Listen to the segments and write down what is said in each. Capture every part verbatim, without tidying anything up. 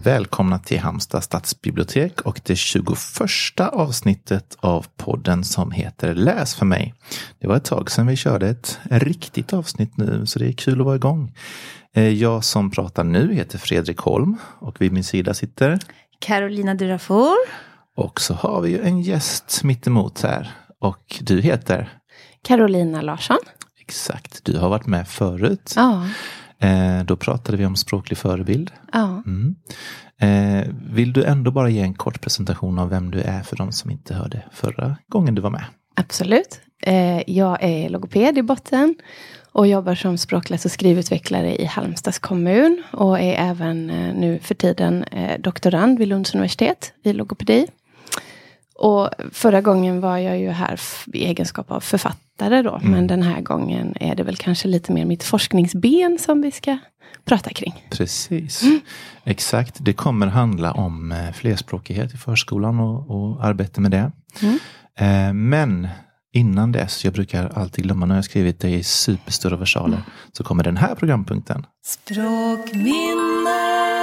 Välkomna till Halmstad stadsbibliotek och det tjugoförsta avsnittet av podden som heter Läs för mig. Det var ett tag sedan vi körde ett riktigt avsnitt nu, så det är kul att vara igång. Jag som pratar nu heter Fredrik Holm och vid min sida sitter Carolina Durafor. Och så har vi ju en gäst mitt emot här och du heter Carolina Larsson. Exakt, du har varit med förut. Ja. Eh, då pratade vi om språklig förebild. Ja. Mm. Eh, vill du ändå bara ge en kort presentation av vem du är för de som inte hörde förra gången du var med? Absolut. Eh, jag är logoped i botten och jobbar som språkläs- och skrivutvecklare i Halmstads kommun. Och är även eh, nu för tiden eh, doktorand vid Lunds universitet i logopedi. Och förra gången var jag ju här f- i egenskap av författare då. Mm. Men den här gången är det väl kanske lite mer mitt forskningsben som vi ska prata kring. Precis. Mm. Exakt. Det kommer handla om eh, flerspråkighet i förskolan och, och arbete med det. Mm. Eh, men innan dess, jag brukar alltid glömma när jag skrivit det i superstora versaler, mm. så kommer den här programpunkten. Språkminnet.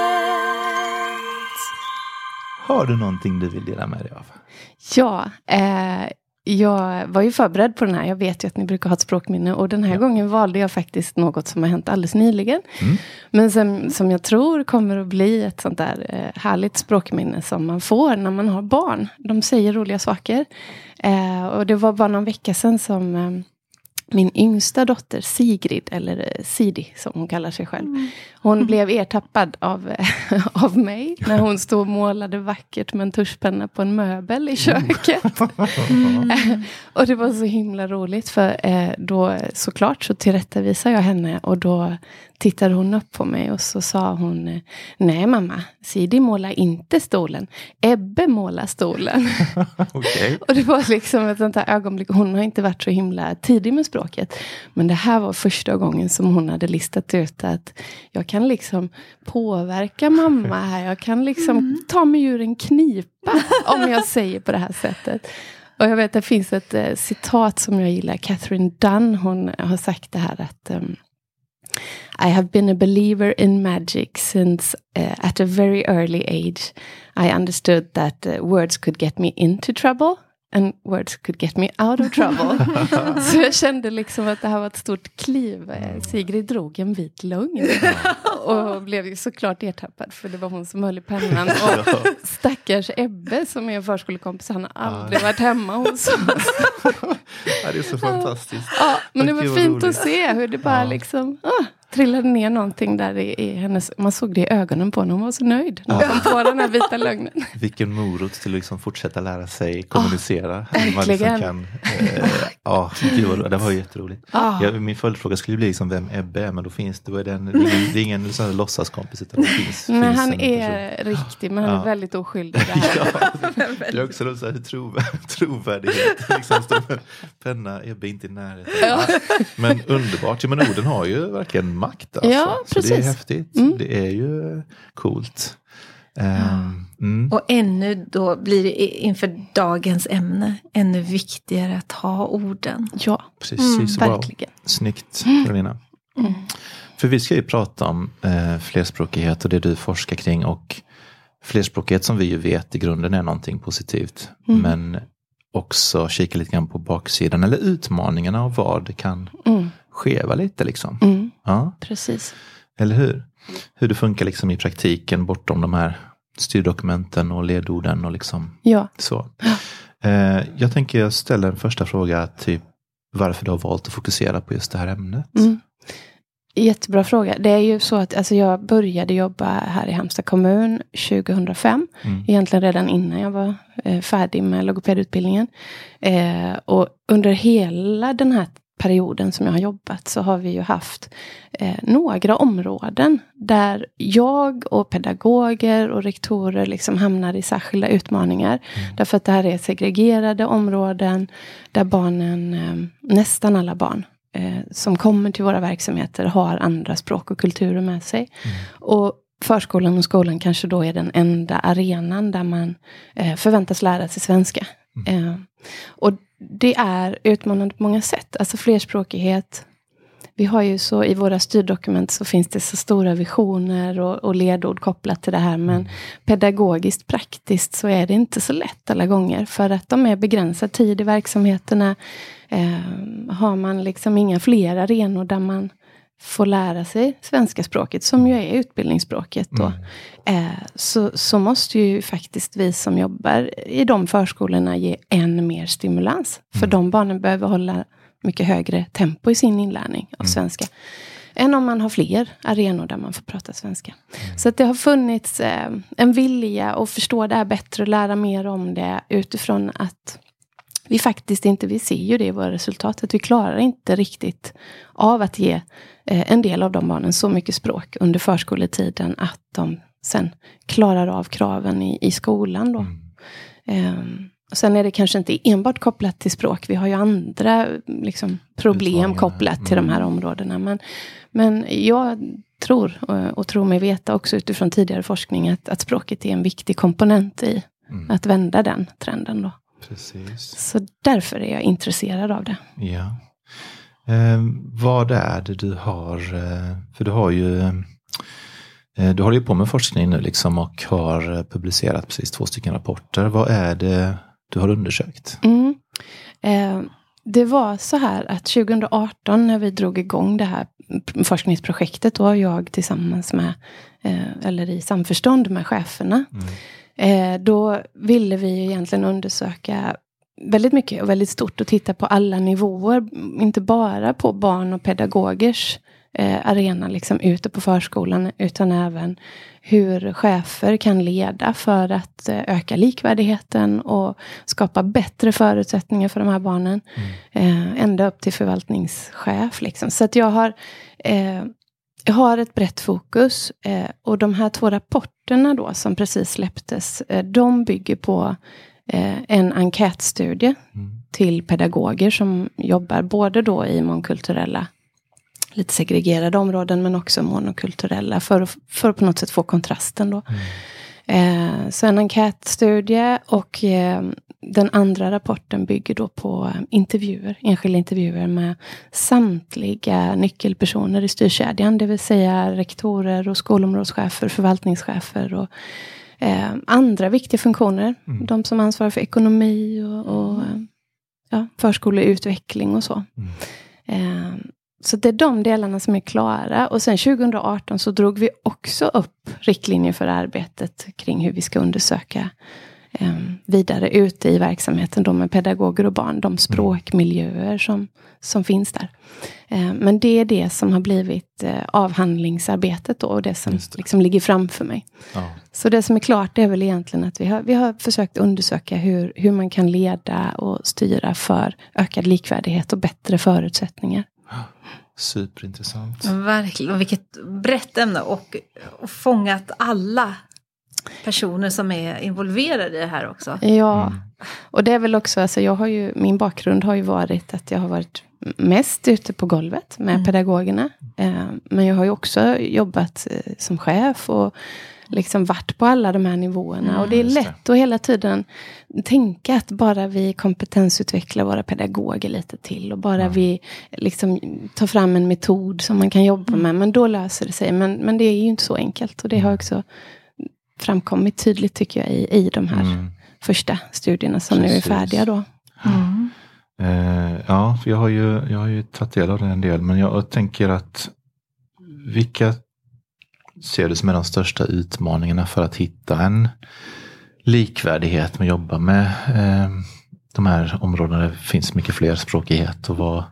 Har du någonting du vill dela med dig av? Ja, eh, jag var ju förberedd på den här. Jag vet ju att ni brukar ha ett språkminne. Och den här ja. gången valde jag faktiskt något som har hänt alldeles nyligen. Mm. Men som, som jag tror kommer att bli ett sånt där eh, härligt språkminne som man får när man har barn. De säger roliga saker. Eh, och det var bara någon vecka sedan som eh, min yngsta dotter Sigrid, eller Sidi som hon kallar sig själv. Mm. Hon mm. blev ertappad av, av mig när hon stod och målade vackert med en tuschpenna på en möbel i köket. Mm. Och det var så himla roligt för eh, då såklart så tillrättavisade jag henne och då tittade hon upp på mig och så sa hon: nej mamma, Sidi målar inte stolen. Ebbe målar stolen. Okay. Och det var liksom ett sånt här ögonblick. Hon har inte varit så himla tidig med språket. Men det här var första gången som hon hade listat ut att jag kan liksom påverka mamma här. Jag kan liksom mm. ta mig ur en knipa om jag säger på det här sättet. Och jag vet att det finns ett eh, citat som jag gillar. Catherine Dunn, hon har sagt det här att um, I have been a believer in magic since uh, at a very early age I understood that uh, words could get me into trouble and words could get me out of trouble. Så jag kände liksom att det här var ett stort kliv. Sigrid drog en vit lögn och blev ju såklart ertappad för det var hon som höll i pennan. Och stackars Ebbe som är en förskolekompis, han har aldrig varit hemma hos oss. Ja, det är så fantastiskt. Ja, men det var fint att se hur det bara ja. liksom ah, trillade ner någonting där i, i hennes, man såg det i ögonen på henne, hon var så nöjd när hon ja. kom på den här vita lögnen. Vilken morot till att liksom fortsätta lära sig kommunicera. Oh, man liksom kan, eh, ja, det var ju jätteroligt. Oh. Ja, min följdfråga skulle bli liksom vem Ebbe är, men då finns det, då är det, en, det är ingen, det är ingen sån här låtsaskompis utan det finns, Nej, finns han en är person. riktig, men han ja. är väldigt oskyldig där. Ja, det är också så här trovärd, trovärdighet. Liksom står med penna, Ebbe inte i närheten. Ja. Men underbart, ja, men orden har ju verkligen makt. Alltså. Ja, precis. Så det är häftigt. Mm. Det är ju coolt. Um, mm. Och ännu då blir det inför dagens ämne ännu viktigare att ha orden. Ja, precis. Mm, verkligen. Wow. Snyggt, Carolina. Mm. För vi ska ju prata om eh, flerspråkighet och det du forskar kring. Och flerspråkighet som vi ju vet i grunden är någonting positivt. Mm. Men också kika lite grann på baksidan eller utmaningarna av vad det kan mm. skeva lite liksom. Mm. Ja, precis. Eller hur? Hur det funkar liksom i praktiken bortom de här styrdokumenten och ledorden och liksom ja. så. Eh, jag tänker jag ställer en första fråga, typ varför du har valt att fokusera på just det här ämnet. Mm. Jättebra fråga. Det är ju så att alltså, jag började jobba här i Halmstad kommun tjugohundrafem. Mm. Egentligen redan innan jag var eh, färdig med logopedutbildningen. Eh, och under hela den här perioden som jag har jobbat så har vi ju haft eh, några områden där jag och pedagoger och rektorer liksom hamnar i särskilda utmaningar. Mm. Därför att det här är segregerade områden där barnen, eh, nästan alla barn eh, som kommer till våra verksamheter har andra språk och kulturer med sig. Mm. Och förskolan och skolan kanske då är den enda arenan där man eh, förväntas lära sig svenska. Mm. Eh, och det är utmanande på många sätt. Alltså flerspråkighet vi har ju så i våra styrdokument så finns det så stora visioner och, och ledord kopplat till det här. Men mm. pedagogiskt, praktiskt så är det inte så lätt alla gånger. För att de är begränsad tid i verksamheterna. Eh, har man liksom inga fler arenor där man får lära sig svenska språket, som ju är utbildningsspråket då, mm. eh, så, så måste ju faktiskt vi som jobbar i de förskolorna ge än mer stimulans. Mm. För de barnen behöver hålla mycket högre tempo i sin inlärning av mm. svenska. Än om man har fler arenor där man får prata svenska. Mm. Så att det har funnits eh, en vilja att förstå det här bättre och lära mer om det utifrån att vi faktiskt inte, vi ser ju det i våra resultat, att vi klarar inte riktigt av att ge eh, en del av de barnen så mycket språk under förskoletiden att de sen klarar av kraven i, i skolan då. Mm. Um, och sen är det kanske inte enbart kopplat till språk, vi har ju andra liksom, problem kopplat mm. till de här områdena. Men, men jag tror, och, och tror mig veta också utifrån tidigare forskning, att, att språket är en viktig komponent i mm. att vända den trenden då. Precis. Så därför är jag intresserad av det. Ja. Eh, vad är det du har, eh, för du har ju eh, du håller ju på med forskning nu liksom och har publicerat precis två stycken rapporter. Vad är det du har undersökt? Mm. Eh, det var så här att tjugo arton när vi drog igång det här forskningsprojektet då, jag tillsammans med, eh, eller i samförstånd med cheferna, mm. Eh, då ville vi egentligen undersöka väldigt mycket och väldigt stort och titta på alla nivåer. Inte bara på barn och pedagogers eh, arena liksom ute på förskolan, utan även hur chefer kan leda för att eh, öka likvärdigheten och skapa bättre förutsättningar för de här barnen. Mm. Eh, ända upp till förvaltningschef liksom. Så att jag har... Eh, Jag har ett brett fokus eh, och de här två rapporterna då som precis släpptes, eh, de bygger på eh, en enkätstudie mm. till pedagoger som jobbar både då i mångkulturella, lite segregerade områden, men också monokulturella för, för att på något sätt få kontrasten då. Mm. Eh, så en enkätstudie och eh, den andra rapporten bygger då på intervjuer, enskilda intervjuer med samtliga nyckelpersoner i styrkedjan, det vill säga rektorer och skolområdeschefer, förvaltningschefer och eh, andra viktiga funktioner. Mm. De som ansvarar för ekonomi och, och ja, förskoleutveckling och så. Mm. Eh, så det är de delarna som är klara. Och sen tjugo arton så drog vi också upp riktlinjer för arbetet kring hur vi ska undersöka eh, vidare ute i verksamheten då med pedagoger och barn. De språkmiljöer som, som finns där. Eh, men det är det som har blivit eh, avhandlingsarbetet då, och det som det. Liksom ligger framför mig. Ja. Så det som är klart är väl egentligen att vi har, vi har försökt undersöka hur, hur man kan leda och styra för ökad likvärdighet och bättre förutsättningar. Superintressant. Ja, verkligen, vilket brett ämne och, och fångat alla personer som är involverade i det här också. Ja, mm. och det är väl också, alltså jag har ju, min bakgrund har ju varit att jag har varit mest ute på golvet med mm. pedagogerna. Eh, men jag har ju också jobbat eh, som chef och liksom varit på alla de här nivåerna. Mm, och det är lätt det. Att hela tiden tänka att bara vi kompetensutvecklar våra pedagoger lite till. Och bara mm. vi liksom tar fram en metod som man kan jobba med. Men då löser det sig. Men, men det är ju inte så enkelt. Och det har också framkommit tydligt tycker jag i, i de här mm. första studierna som Precis. Nu är färdiga då. Mm. Uh, ja, jag har ju, jag har ju tagit del av det en del. Men jag tänker att vilka ser du som är de största utmaningarna för att hitta en likvärdighet med att jobba med eh, de här områdena där det finns mycket fler språkighet, och vad,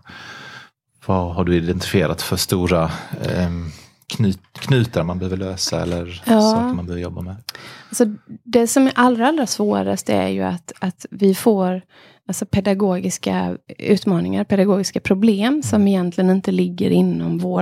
vad har du identifierat för stora eh, knut, knutar man behöver lösa eller ja. Saker man behöver jobba med? Alltså, det som är allra, allra svårast är ju att, att vi får alltså pedagogiska utmaningar, pedagogiska problem mm. som egentligen inte ligger inom vår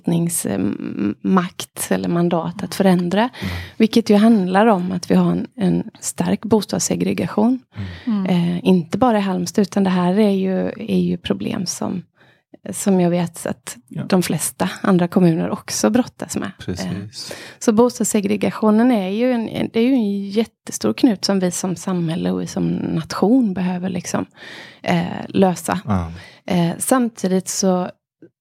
förvaltningsmakt eller mandat att förändra. Mm. Vilket ju handlar om att vi har en, en stark bostadssegregation. Mm. Eh, inte bara i Halmstad, utan det här är ju, är ju problem som, som jag vet att ja. De flesta andra kommuner också brottas med. Precis. Eh, så bostadssegregationen är ju en, det är ju en jättestor knut som vi som samhälle och som nation behöver liksom, eh, lösa. Mm. Eh, samtidigt så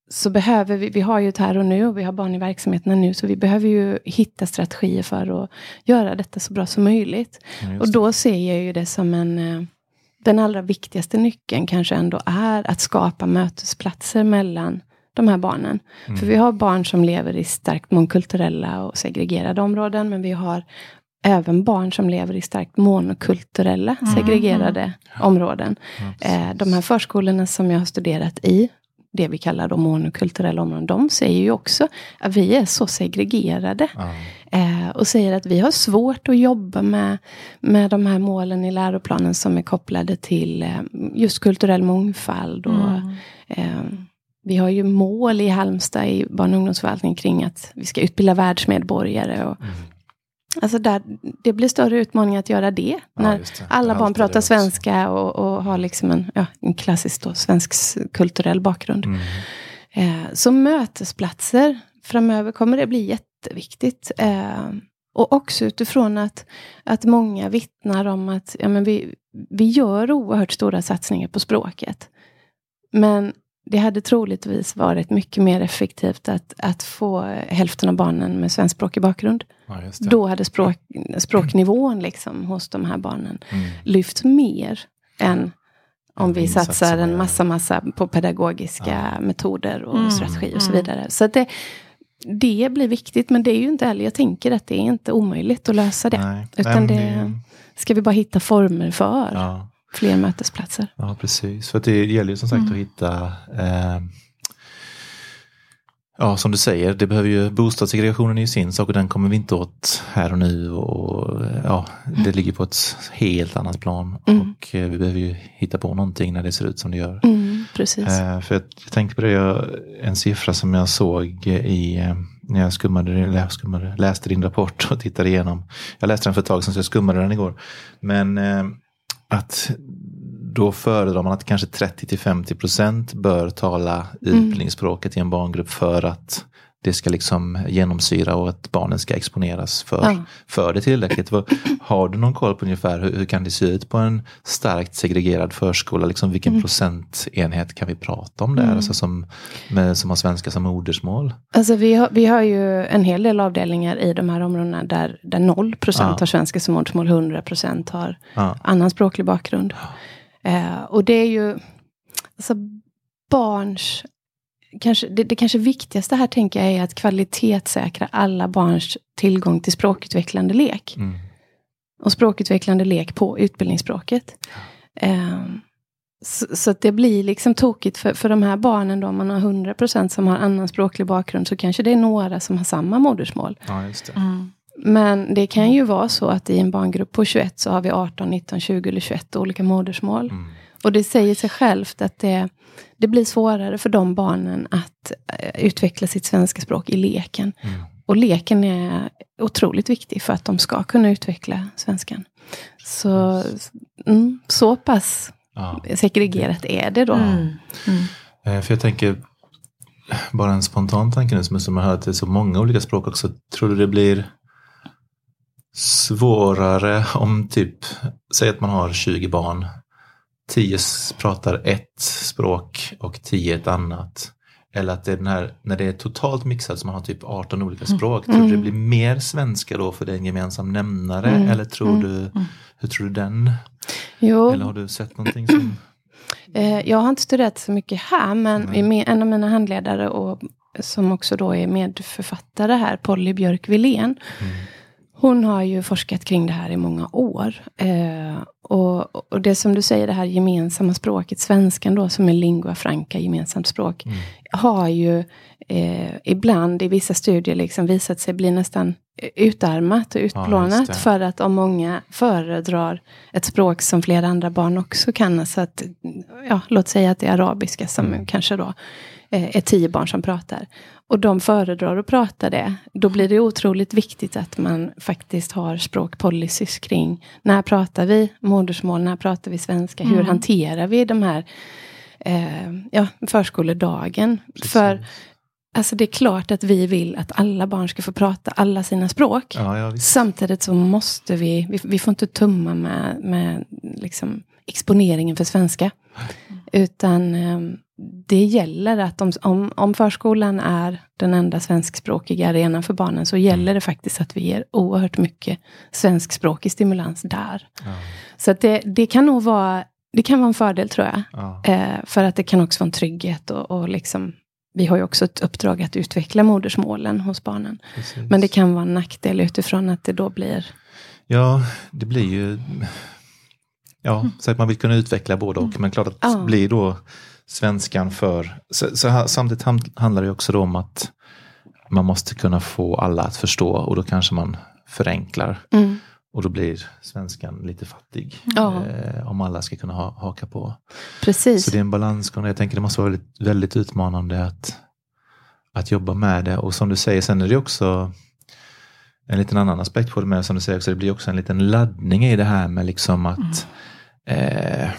så behöver vi, vi har ju ett här och nu och vi har barn i verksamheterna nu, så vi behöver ju hitta strategier för att göra detta så bra som möjligt. Ja, och då ser jag ju det som en, den allra viktigaste nyckeln kanske ändå är att skapa mötesplatser mellan de här barnen. Mm. För vi har barn som lever i starkt mångkulturella och segregerade områden, men vi har även barn som lever i starkt monokulturella, mm. segregerade mm. områden. Mm. Eh, de här förskolorna som jag har studerat i, det vi kallar de monokulturella områden, de säger ju också att vi är så segregerade. Mm. Eh, och säger att vi har svårt att jobba med, med de här målen i läroplanen som är kopplade till eh, just kulturell mångfald. Och, mm. eh, vi har ju mål i Halmstad i barn- och ungdomsförvaltningen kring att vi ska utbilda världsmedborgare. Och, mm. Alltså där, det blir större utmaning att göra det. Ja, när det. Alla det barn pratar svenska och, och har liksom en, ja, en klassisk då, svensk kulturell bakgrund. Mm. Eh, så mötesplatser framöver kommer det bli jätteviktigt. Eh, och också utifrån att, att många vittnar om att ja, men vi, vi gör oerhört stora satsningar på språket. Men det hade troligtvis varit mycket mer effektivt att, att få hälften av barnen med svenskspråkig bakgrund. Ja, då hade språk, språknivån liksom hos de här barnen mm. lyft mer än om vi satsar en massa massa på pedagogiska ja. metoder och mm. strategi och så vidare. Så att det, det blir viktigt, men det är ju inte heller, jag tänker att det är inte omöjligt att lösa det. Nej. Utan det ska vi bara hitta former för. Ja. Fler mötesplatser. Ja, precis. För att det gäller ju som sagt mm. att hitta eh, ja, som du säger, det behöver ju, bostadssegregationen är ju sin sak och den kommer vi inte åt här och nu och ja, mm. det ligger på ett helt annat plan mm. och eh, vi behöver ju hitta på någonting när det ser ut som det gör. Mm, precis. Eh, för jag, jag tänkte på det, jag, en siffra som jag såg i eh, när jag skummade, lä, skummade, läste din rapport och tittade igenom. Jag läste den för ett tag sedan så jag skummade den igår. Men eh, att då föredrar man att kanske trettio till femtio procent bör tala utbildningsspråket mm. i en barngrupp för att det ska liksom genomsyra och att barnen ska exponeras för, ja. för det tillräckligt. Har du någon koll på ungefär hur, hur kan det se ut på en starkt segregerad förskola? Liksom vilken mm. procentenhet kan vi prata om där? Mm. Alltså som, med, som har svenska som modersmål? Alltså vi har, vi har ju en hel del avdelningar i de här områdena där, där noll procent ja. har svenska som modersmål, hundra procent har ja. annan språklig bakgrund. Ja. Eh, och det är ju alltså barns Kanske, det, det kanske viktigaste här tänker jag är att kvalitetssäkra alla barns tillgång till språkutvecklande lek. Mm. Och språkutvecklande lek på utbildningsspråket. Ja. Um, så, så att det blir liksom tokigt för, för de här barnen då, om man har hundra procent som har annan språklig bakgrund så kanske det är några som har samma modersmål. Ja, just det. Mm. Men det kan ju vara så att i en barngrupp på tjugoett så har vi arton, nitton, tjugo eller tjugoett olika modersmål. Mm. Och det säger sig självt att det, det blir svårare för de barnen att uh, utveckla sitt svenska språk i leken. Mm. Och leken är otroligt viktig för att de ska kunna utveckla svenskan. Så, mm, så pass ja. segregerat är det då. Mm. Mm. För jag tänker, bara en spontan tanke nu som man hör att det är så många olika språk också. Tror du det blir svårare om typ, säg att man har tjugo barn. tio pratar ett språk och tio ett annat. Eller att det är den här, när det är totalt mixat så man har typ arton olika språk. Mm. Tror du det blir mer svenska då för det är en gemensam nämnare? Mm. Eller tror mm. du, hur tror du den? Jo. Eller har du sett någonting som... Jag har inte studerat så mycket här, men mm. en av mina handledare och som också då är medförfattare här, Polly Björk-Wilén. Mm. Hon har ju forskat kring det här i många år. Eh, och, och det som du säger, det här gemensamma språket, svenskan då som är lingua franca, gemensamt språk, mm. har ju eh, ibland i vissa studier liksom visat sig bli nästan utarmat och utplånat. Ja, för att om många föredrar ett språk som flera andra barn också kan, alltså att, ja, låt säga att det är arabiska som mm. kanske då är tio barn som pratar. Och de föredrar att prata det. Då blir det otroligt viktigt att man faktiskt har språkpolicys kring när pratar vi modersmål, när pratar vi svenska, mm. hur hanterar vi de här eh, ja, förskoledagen. Precis. För alltså det är klart att vi vill att alla barn ska få prata alla sina språk. Ja, ja, samtidigt så måste vi, vi, vi får inte tumma med, med liksom exponeringen för svenska. Mm. Utan det gäller att om, om, om förskolan är den enda svenskspråkiga arenan för barnen, så gäller det faktiskt att vi ger oerhört mycket svenskspråkig stimulans där. Ja. Så att det, det kan nog vara, det kan vara en fördel, tror jag. Ja. Eh, för att det kan också vara en trygghet och, och liksom, vi har ju också ett uppdrag att utveckla modersmålen hos barnen. Precis. Men det kan vara en nackdel utifrån att det då blir... Ja, det blir ju... Ja, mm. så att man vill kunna utveckla både och. Men klart att ja. blir då svenskan för... Så, så här, samtidigt handlar det också då om att man måste kunna få alla att förstå. Och då kanske man förenklar. Mm. Och då blir svenskan lite fattig. Ja. Eh, om alla ska kunna ha, haka på. Precis. Så det är en balansgång. Jag tänker det måste vara väldigt, väldigt utmanande att, att jobba med det. Och som du säger, sen är det också en liten annan aspekt på det. Men som du säger också, det blir också en liten laddning i det här med liksom att mm. eh,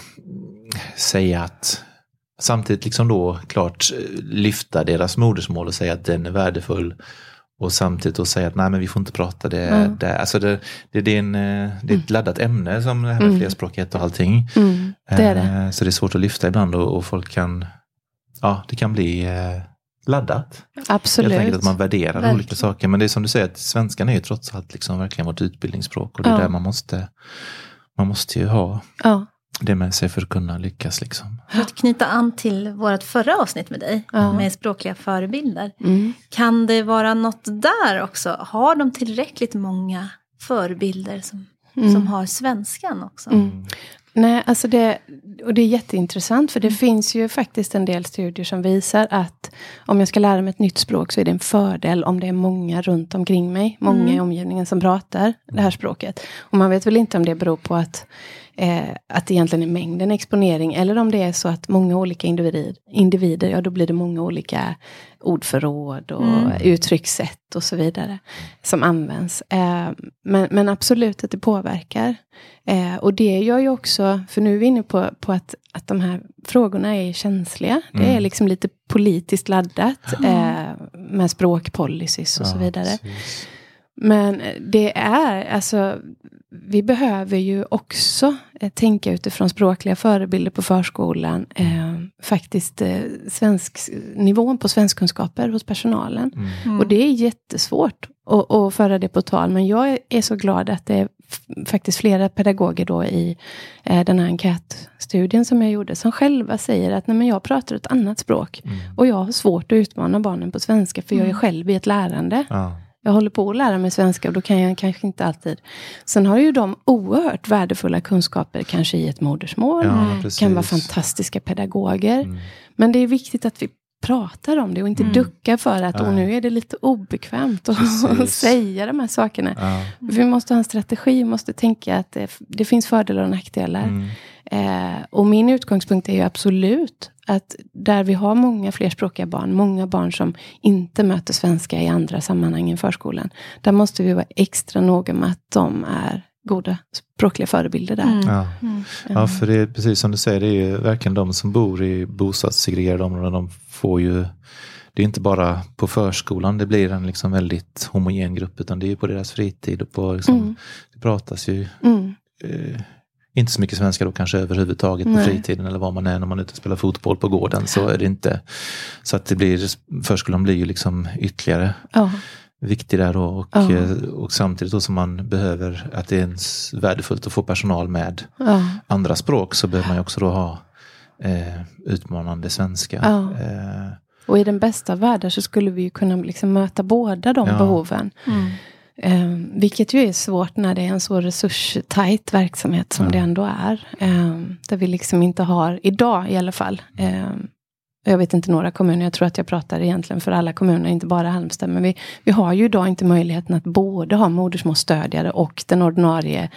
säga att samtidigt liksom då klart lyfta deras modersmål och säga att den är värdefull. Och samtidigt att säga att nej, men vi får inte prata det. Mm. det alltså det, det, det, är en, det är ett laddat ämne som det här med mm. flerspråkighet och allting. Mm, det är det. Så det är svårt att lyfta ibland och, och folk kan, ja, det kan bli eh, laddat. Absolut. Helt enkelt att man värderar verkligen olika saker. Men det är som du säger, att svenskan är ju trots allt liksom verkligen vårt utbildningsspråk. Och det är ja. där man måste, man måste ju ha ja. det med sig för att kunna lyckas liksom. För att knyta an till vårt förra avsnitt med dig, ja. med språkliga förebilder. Mm. Kan det vara något där också? Har de tillräckligt många förebilder som, mm. som har svenskan också? Mm. Nej, alltså det, och det är jätteintressant, för det mm. finns ju faktiskt en del studier som visar att om jag ska lära mig ett nytt språk så är det en fördel om det är många runt omkring mig, många mm. i omgivningen som pratar det här språket. Och man vet väl inte om det beror på att Eh, att det egentligen är mängden exponering, eller om det är så att många olika individer, individer ja då blir det många olika ordförråd och mm. uttryckssätt och så vidare som används. Eh, men, men absolut att det påverkar. Eh, och det gör ju också, för nu är vi inne på, på att, att de här frågorna är känsliga. Mm. Det är liksom lite politiskt laddat eh, med språkpolicies och ja, så vidare. Precis. Men det är, alltså, vi behöver ju också eh, tänka utifrån språkliga förebilder på förskolan. Eh, faktiskt eh, svensk, nivån på svenskkunskaper hos personalen. Mm. Och det är jättesvårt att, att föra det på tal. Men jag är så glad att det är f- faktiskt flera pedagoger då i eh, den här enkätstudien som jag gjorde, som själva säger att nej, men jag pratar ett annat språk. Mm. Och jag har svårt att utmana barnen på svenska, för jag är själv i ett lärande. Ja. Jag håller på att lära mig svenska och då kan jag kanske inte alltid. Sen har ju de oerhört värdefulla kunskaper kanske i ett modersmål. Ja, kan vara fantastiska pedagoger. Mm. Men det är viktigt att vi pratar om det och inte mm. duckar för att och nu är det lite obekvämt att säga de här sakerna. Ja. Vi måste ha en strategi, vi måste tänka att det, det finns fördelar och nackdelar. Mm. Eh, och min utgångspunkt är ju absolut att där vi har många flerspråkiga barn, många barn som inte möter svenska i andra sammanhang än förskolan, där måste vi vara extra noga med att de är goda språkliga förebilder där. Mm. Ja. Mm. ja, för det är precis som du säger, det är ju verkligen de som bor i bostadssegregerade områden, de får ju, det är inte bara på förskolan det blir en liksom väldigt homogen grupp, utan det är ju på deras fritid och på liksom, mm. det pratas ju mm. eh, inte så mycket svenska då kanske överhuvudtaget Nej. på fritiden eller vad man är när man är ute och spelar fotboll på gården, så är det inte, så att det blir, förskolan blir ju liksom ytterligare oh. viktig där då och, oh. och samtidigt då som man behöver att det är värdefullt att få personal med oh. andra språk, så behöver man ju också då ha eh, utmanande svenska. Oh. Eh, och i den bästa världen så skulle vi ju kunna liksom möta båda de ja. behoven. Mm. Um, vilket ju är svårt när det är en så resurstajt verksamhet som ja. det ändå är. Um, där vi liksom inte har, idag i alla fall. Um, jag vet inte några kommuner, jag tror att jag pratar egentligen för alla kommuner, inte bara Halmstad. Men vi, vi har ju idag inte möjligheten att både ha modersmålsstödjare och den ordinarie,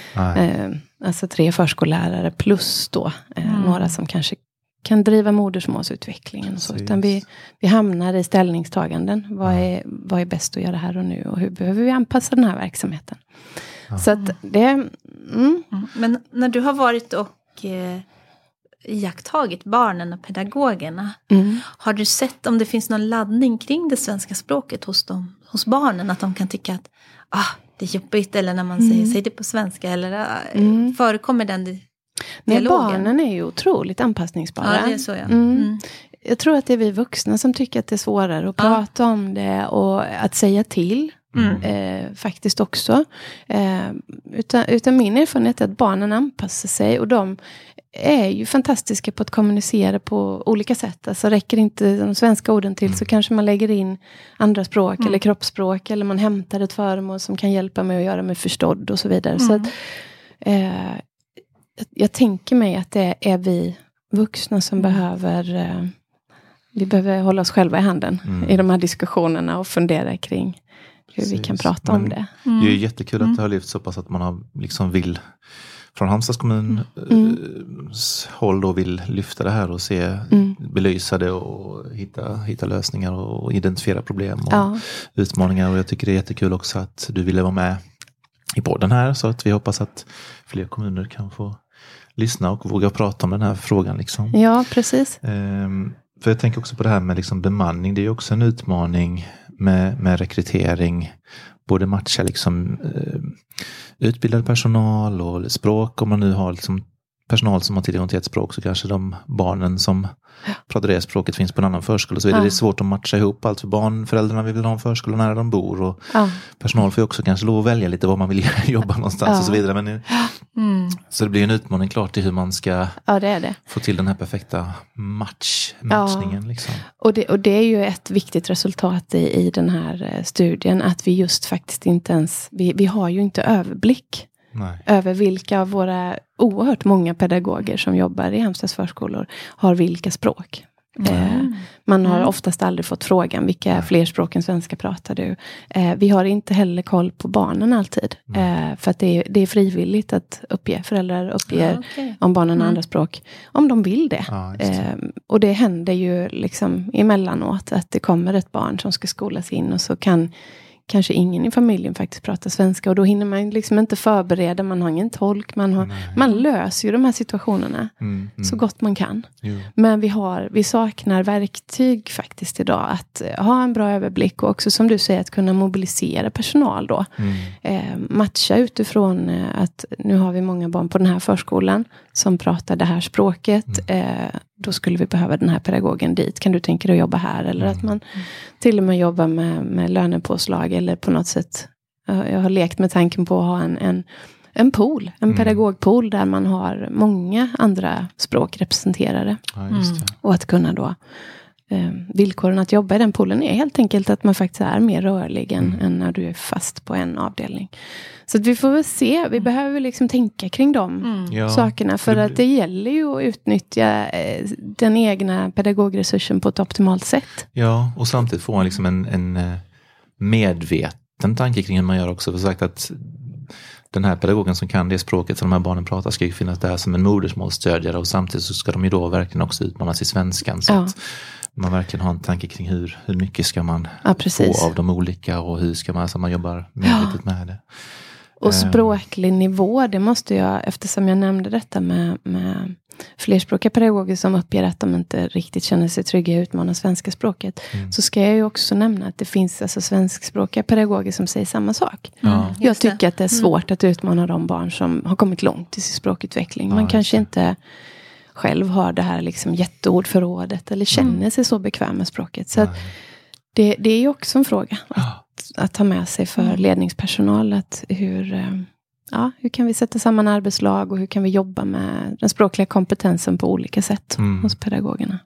uh, alltså tre förskollärare plus då uh, mm. några som kanske kan driva modersmålsutvecklingen. Och så, utan vi, vi hamnar i ställningstaganden. Vad är, vad är bäst att göra här och nu? Och hur behöver vi anpassa den här verksamheten? Ja. Så att det... Mm. Mm. Men när du har varit och eh, iakttagit barnen och pedagogerna. Mm. Har du sett om det finns någon laddning kring det svenska språket hos, dem, hos barnen? Att de kan tycka att ah, det är jobbigt. Eller när man mm. säger, säger det på svenska. Eller mm. förekommer den Nej, barnen är ju otroligt anpassningsbara. Ja, det är så, ja. Mm. Mm. Jag tror att det är vi vuxna som tycker att det är svårare att ja. prata om det och att säga till. Mm. Eh, faktiskt också. Eh, utan, utan min erfarenhet är att barnen anpassar sig och de är ju fantastiska på att kommunicera på olika sätt. Alltså räcker inte de svenska orden till så kanske man lägger in andra språk mm. eller kroppsspråk eller man hämtar ett föremål som kan hjälpa mig att göra mig förstådd och så vidare. Mm. Så att, eh, jag tänker mig att det är vi vuxna som mm. behöver eh, vi behöver hålla oss själva i handen mm. i de här diskussionerna och fundera kring hur Precis. vi kan prata Men om det. Mm. Det är jättekul att det har lyfts så pass att man har liksom vill från Halmstads kommun mm. håll då vill lyfta det här och se, mm. belysa det och hitta, hitta lösningar och identifiera problem och ja. utmaningar. Och jag tycker det är jättekul också att du ville vara med i podden här så att vi hoppas att fler kommuner kan få lyssna och våga prata om den här frågan. Liksom. Ja, precis. Ehm, för jag tänker också på det här med liksom bemanning. Det är också en utmaning med, med rekrytering. Både matcha liksom, eh, utbildad personal och språk. Om man nu har liksom, personal som har tillgång till ett språk så kanske de barnen som ja. pratar det språket finns på en annan förskola. Så är det, ja. det är svårt att matcha ihop allt för barn. Föräldrarna vill ha en förskola nära de bor. Och ja. personal får ju också kanske lov att välja lite var man vill jobba någonstans ja. och så vidare. Men nu, mm. Så det blir en utmaning klart i hur man ska ja, det är det. få till den här perfekta match, matchningen. Ja. Liksom. Och, det, och det är ju ett viktigt resultat i, i den här studien. Att vi just faktiskt inte ens, vi, vi har ju inte överblick. Nej. Över vilka av våra oerhört många pedagoger som jobbar i Halmstads förskolor har vilka språk. Mm. Eh, man har mm. oftast aldrig fått frågan vilka fler språk än svenska pratar du. Eh, vi har inte heller koll på barnen alltid. Mm. Eh, för att det är, det är frivilligt att uppge. Föräldrar uppger ja, okay. om barnen har mm. andra språk. Om de vill det. Ja, det. Eh, och det händer ju liksom emellanåt att det kommer ett barn som ska skolas in och så kan kanske ingen i familjen faktiskt pratar svenska. Och då hinner man liksom inte förbereda. Man har ingen tolk. Man, har, man löser ju de här situationerna mm, mm. så gott man kan. Jo. Men vi, har, vi saknar verktyg faktiskt idag. Att ha en bra överblick. Och också som du säger att kunna mobilisera personal då. Mm. Eh, matcha utifrån eh, att nu har vi många barn på den här förskolan. Som pratar det här språket. Mm. Eh, då skulle vi behöva den här pedagogen dit. Kan du tänka dig att jobba här? Eller mm. att man till och med jobbar med, med lönepåslag. Eller på något sätt. Jag har lekt med tanken på att ha en, en, en pool. En mm. pedagogpool där man har många andra språk representerade. Ja, just det. Och att kunna då. Eh, villkoren att jobba i den poolen är helt enkelt att man faktiskt är mer rörlig än, mm. än när du är fast på en avdelning. Så att vi får väl se. Vi behöver liksom tänka kring de mm. ja. sakerna. För det att det gäller ju att utnyttja eh, den egna pedagogresursen på ett optimalt sätt. Ja, och samtidigt få liksom en, en medveten tanke kring hur man gör också. För sagt att den här pedagogen som kan det språket som de här barnen pratar ska ju finnas där som en modersmålsstödjare. Och samtidigt så ska de ju då verkligen också utmanas i svenskan. Så ja. att man verkligen har en tanke kring hur, hur mycket ska man ja, få av de olika och hur ska man, alltså man jobbar medvetet ja. med det. Och språklig nivå, det måste jag, eftersom jag nämnde detta med, med flerspråkiga pedagoger som uppger att de inte riktigt känner sig trygga i att utmana svenska språket. Mm. Så ska jag ju också nämna att det finns alltså svenskspråkiga pedagoger som säger samma sak. Mm. Jag tycker att det är svårt mm. att utmana de barn som har kommit långt i sin språkutveckling. Man ja, kanske inte själv har det här liksom jätteordförrådet eller känner mm. sig så bekväm med språket. Så att det, det är ju också en fråga att, att ta med sig för mm. ledningspersonal. Att hur, ja, hur kan vi sätta samman arbetslag och hur kan vi jobba med den språkliga kompetensen på olika sätt mm. hos pedagogerna.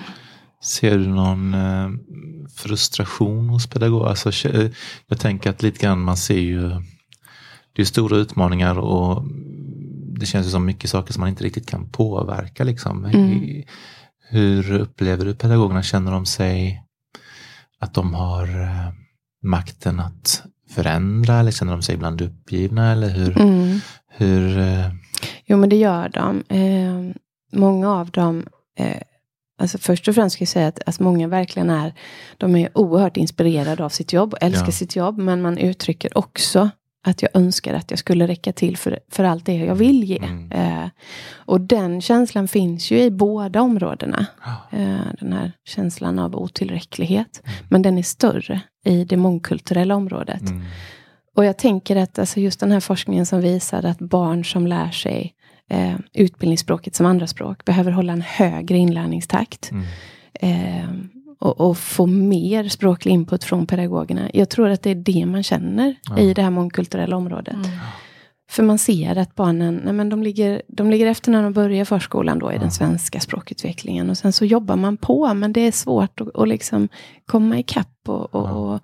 Ser du någon eh, frustration hos pedagoger? Alltså, jag tänker att lite grann man ser ju det är stora utmaningar och det känns ju som mycket saker som man inte riktigt kan påverka liksom. Mm. Hur upplever du pedagogerna? Känner de sig att de har eh, makten att förändra eller känner de sig ibland uppgivna eller hur? Mm. hur eh... Jo men det gör de. Eh, många av dem eh, alltså först och främst ska jag säga att alltså många verkligen är de är oerhört inspirerade av sitt jobb, älskar ja. sitt jobb men man uttrycker också att jag önskar att jag skulle räcka till för, för allt det jag vill ge. Mm. Eh, och den känslan finns ju i båda områdena. Eh, den här känslan av otillräcklighet. Mm. Men den är större i det mångkulturella området. Mm. Och jag tänker att alltså just den här forskningen som visar att barn som lär sig eh, utbildningsspråket som andra språk behöver hålla en högre inlärningstakt. Mm. Eh, och, och få mer språklig input från pedagogerna. Jag tror att det är det man känner ja. i det här mångkulturella området. Mm. För man ser att barnen, nej men de ligger, de ligger efter när de börjar förskolan då i ja. den svenska språkutvecklingen. Och sen så jobbar man på, men det är svårt att, att liksom komma ikapp och, och, ja. och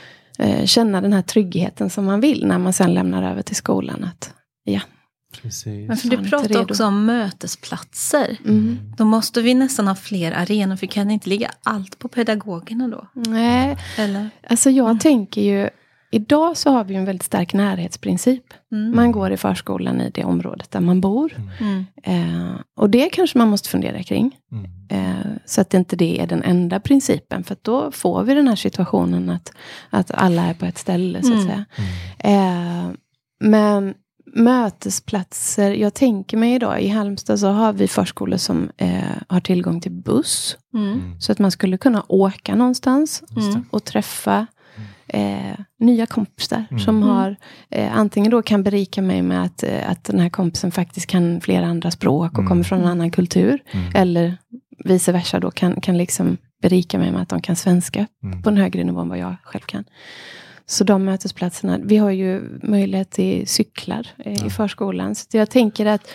eh, känna den här tryggheten som man vill när man sen lämnar över till skolan. Att, ja. Precis. Men för du pratar också om mötesplatser. Mm. Då måste vi nästan ha fler arenor, för kan det inte ligga allt på pedagogerna då? Nej, eller? Alltså jag mm. tänker ju, idag så har vi en väldigt stark närhetsprincip. Mm. Man går i förskolan i det området där man bor. Mm. Eh, och det kanske man måste fundera kring. Mm. Eh, så att inte det är den enda principen. För att då får vi den här situationen att, att alla är på ett ställe så att mm. säga. Eh, men mötesplatser, jag tänker mig idag i Halmstad så har vi förskolor som eh, har tillgång till buss. Mm. Så att man skulle kunna åka någonstans mm. och träffa Eh, nya kompisar mm. som har eh, antingen då kan berika mig med att, eh, att den här kompisen faktiskt kan flera andra språk och mm. kommer från en annan kultur mm. eller vice versa då kan, kan liksom berika mig med att de kan svenska mm. på en högre nivå än vad jag själv kan. Så de mötesplatserna, vi har ju möjlighet till cyklar eh, ja. i förskolan, så jag tänker att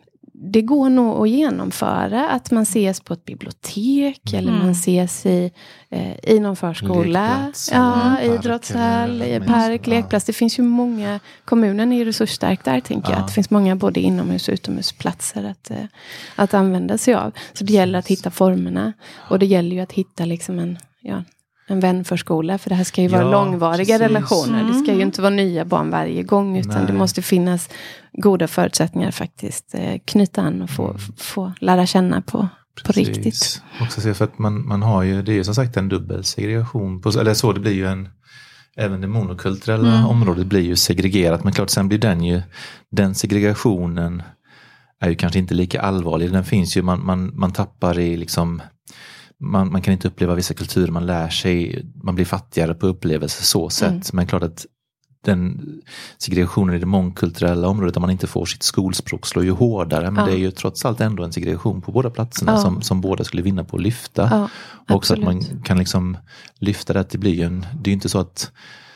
det går nog att genomföra att man ses på ett bibliotek mm. eller man ses i, eh, i någon förskola, lekplats, ja, idrottshall, park, park lekplats. Det finns ju många, kommunen är ju resursstark där tänker ja. jag. Att det finns många både inomhus och utomhusplatser att, eh, att använda sig av. Så det gäller att hitta formerna och det gäller ju att hitta liksom en, ja, en vänförskola, för det här ska ju vara ja, långvariga precis. relationer. Det ska ju inte vara nya barn varje gång, utan Nej. det måste finnas goda förutsättningar faktiskt eh, knyta an och få, mm. få lära känna på, på riktigt. Också se för att man, man har ju, det är ju som sagt en dubbel segregation, på, eller så det blir ju en, även det monokulturella mm. området blir ju segregerat, men klart sen blir den ju, den segregationen är ju kanske inte lika allvarlig, den finns ju, man, man, man tappar i liksom Man, man kan inte uppleva vissa kulturer, man lär sig, man blir fattigare på upplevelser så sätt. Mm. Men klart att den segregationen i det mångkulturella området där man inte får sitt skolspråk slår ju hårdare. Men ja. det är ju trots allt ändå en segregation på båda platserna ja. som, som båda skulle vinna på att lyfta. Ja, och också att man kan liksom lyfta det, att det blir ju en, det är ju inte så att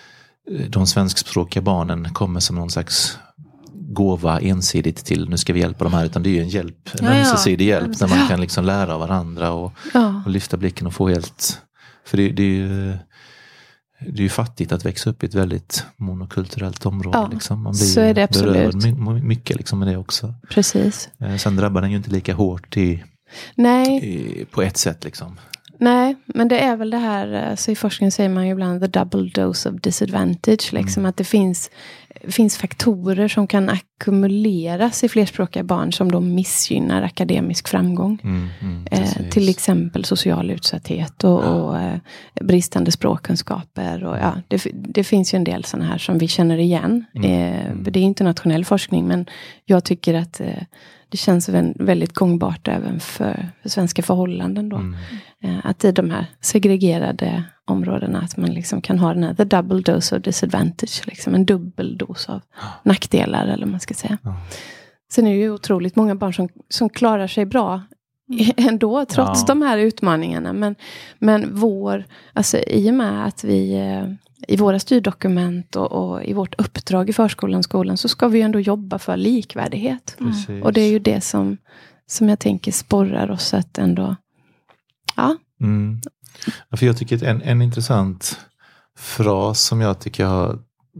de svenskspråkiga barnen kommer som någon slags gåva ensidigt till, nu ska vi hjälpa de här, utan det är ju en hjälp, en ja, ömsesidig ja. hjälp där man kan liksom lära av varandra och, ja. och lyfta blicken och få helt, för det, det är ju det är ju fattigt att växa upp i ett väldigt monokulturellt område. Ja, liksom. Man blir så är det absolut. Berörd mycket liksom med det också. Precis. Sen drabbar den ju inte lika hårt i, Nej. i, på ett sätt liksom. Nej, men det är väl det här, så i forskningen säger man ju ibland the double dose of disadvantage, liksom mm. att det finns, finns faktorer som kan ackumuleras i flerspråkiga barn som då missgynnar akademisk framgång. Mm, mm, eh, till exempel social utsatthet och, ja. och eh, bristande språkkunskaper. Och, ja, det, det finns ju en del sådana här som vi känner igen. Mm, eh, mm. Det är internationell forskning, men jag tycker att eh, det känns väldigt gångbart även för, för svenska förhållanden då. Mm. Att i de här segregerade områdena att man liksom kan ha den här the double dose of disadvantage, liksom en dubbel dos av nackdelar eller vad man ska säga. Ja. Sen är det ju otroligt många barn som, som klarar sig bra ändå trots ja. de här utmaningarna. Men, men vår, alltså i och med att vi i våra styrdokument och, och i vårt uppdrag i förskolan och skolan så ska vi ju ändå jobba för likvärdighet. Mm. Och det är ju det som, som jag tänker sporrar oss att ändå, ja. Mm. Ja, för jag tycker att en, en intressant fras som jag tycker jag har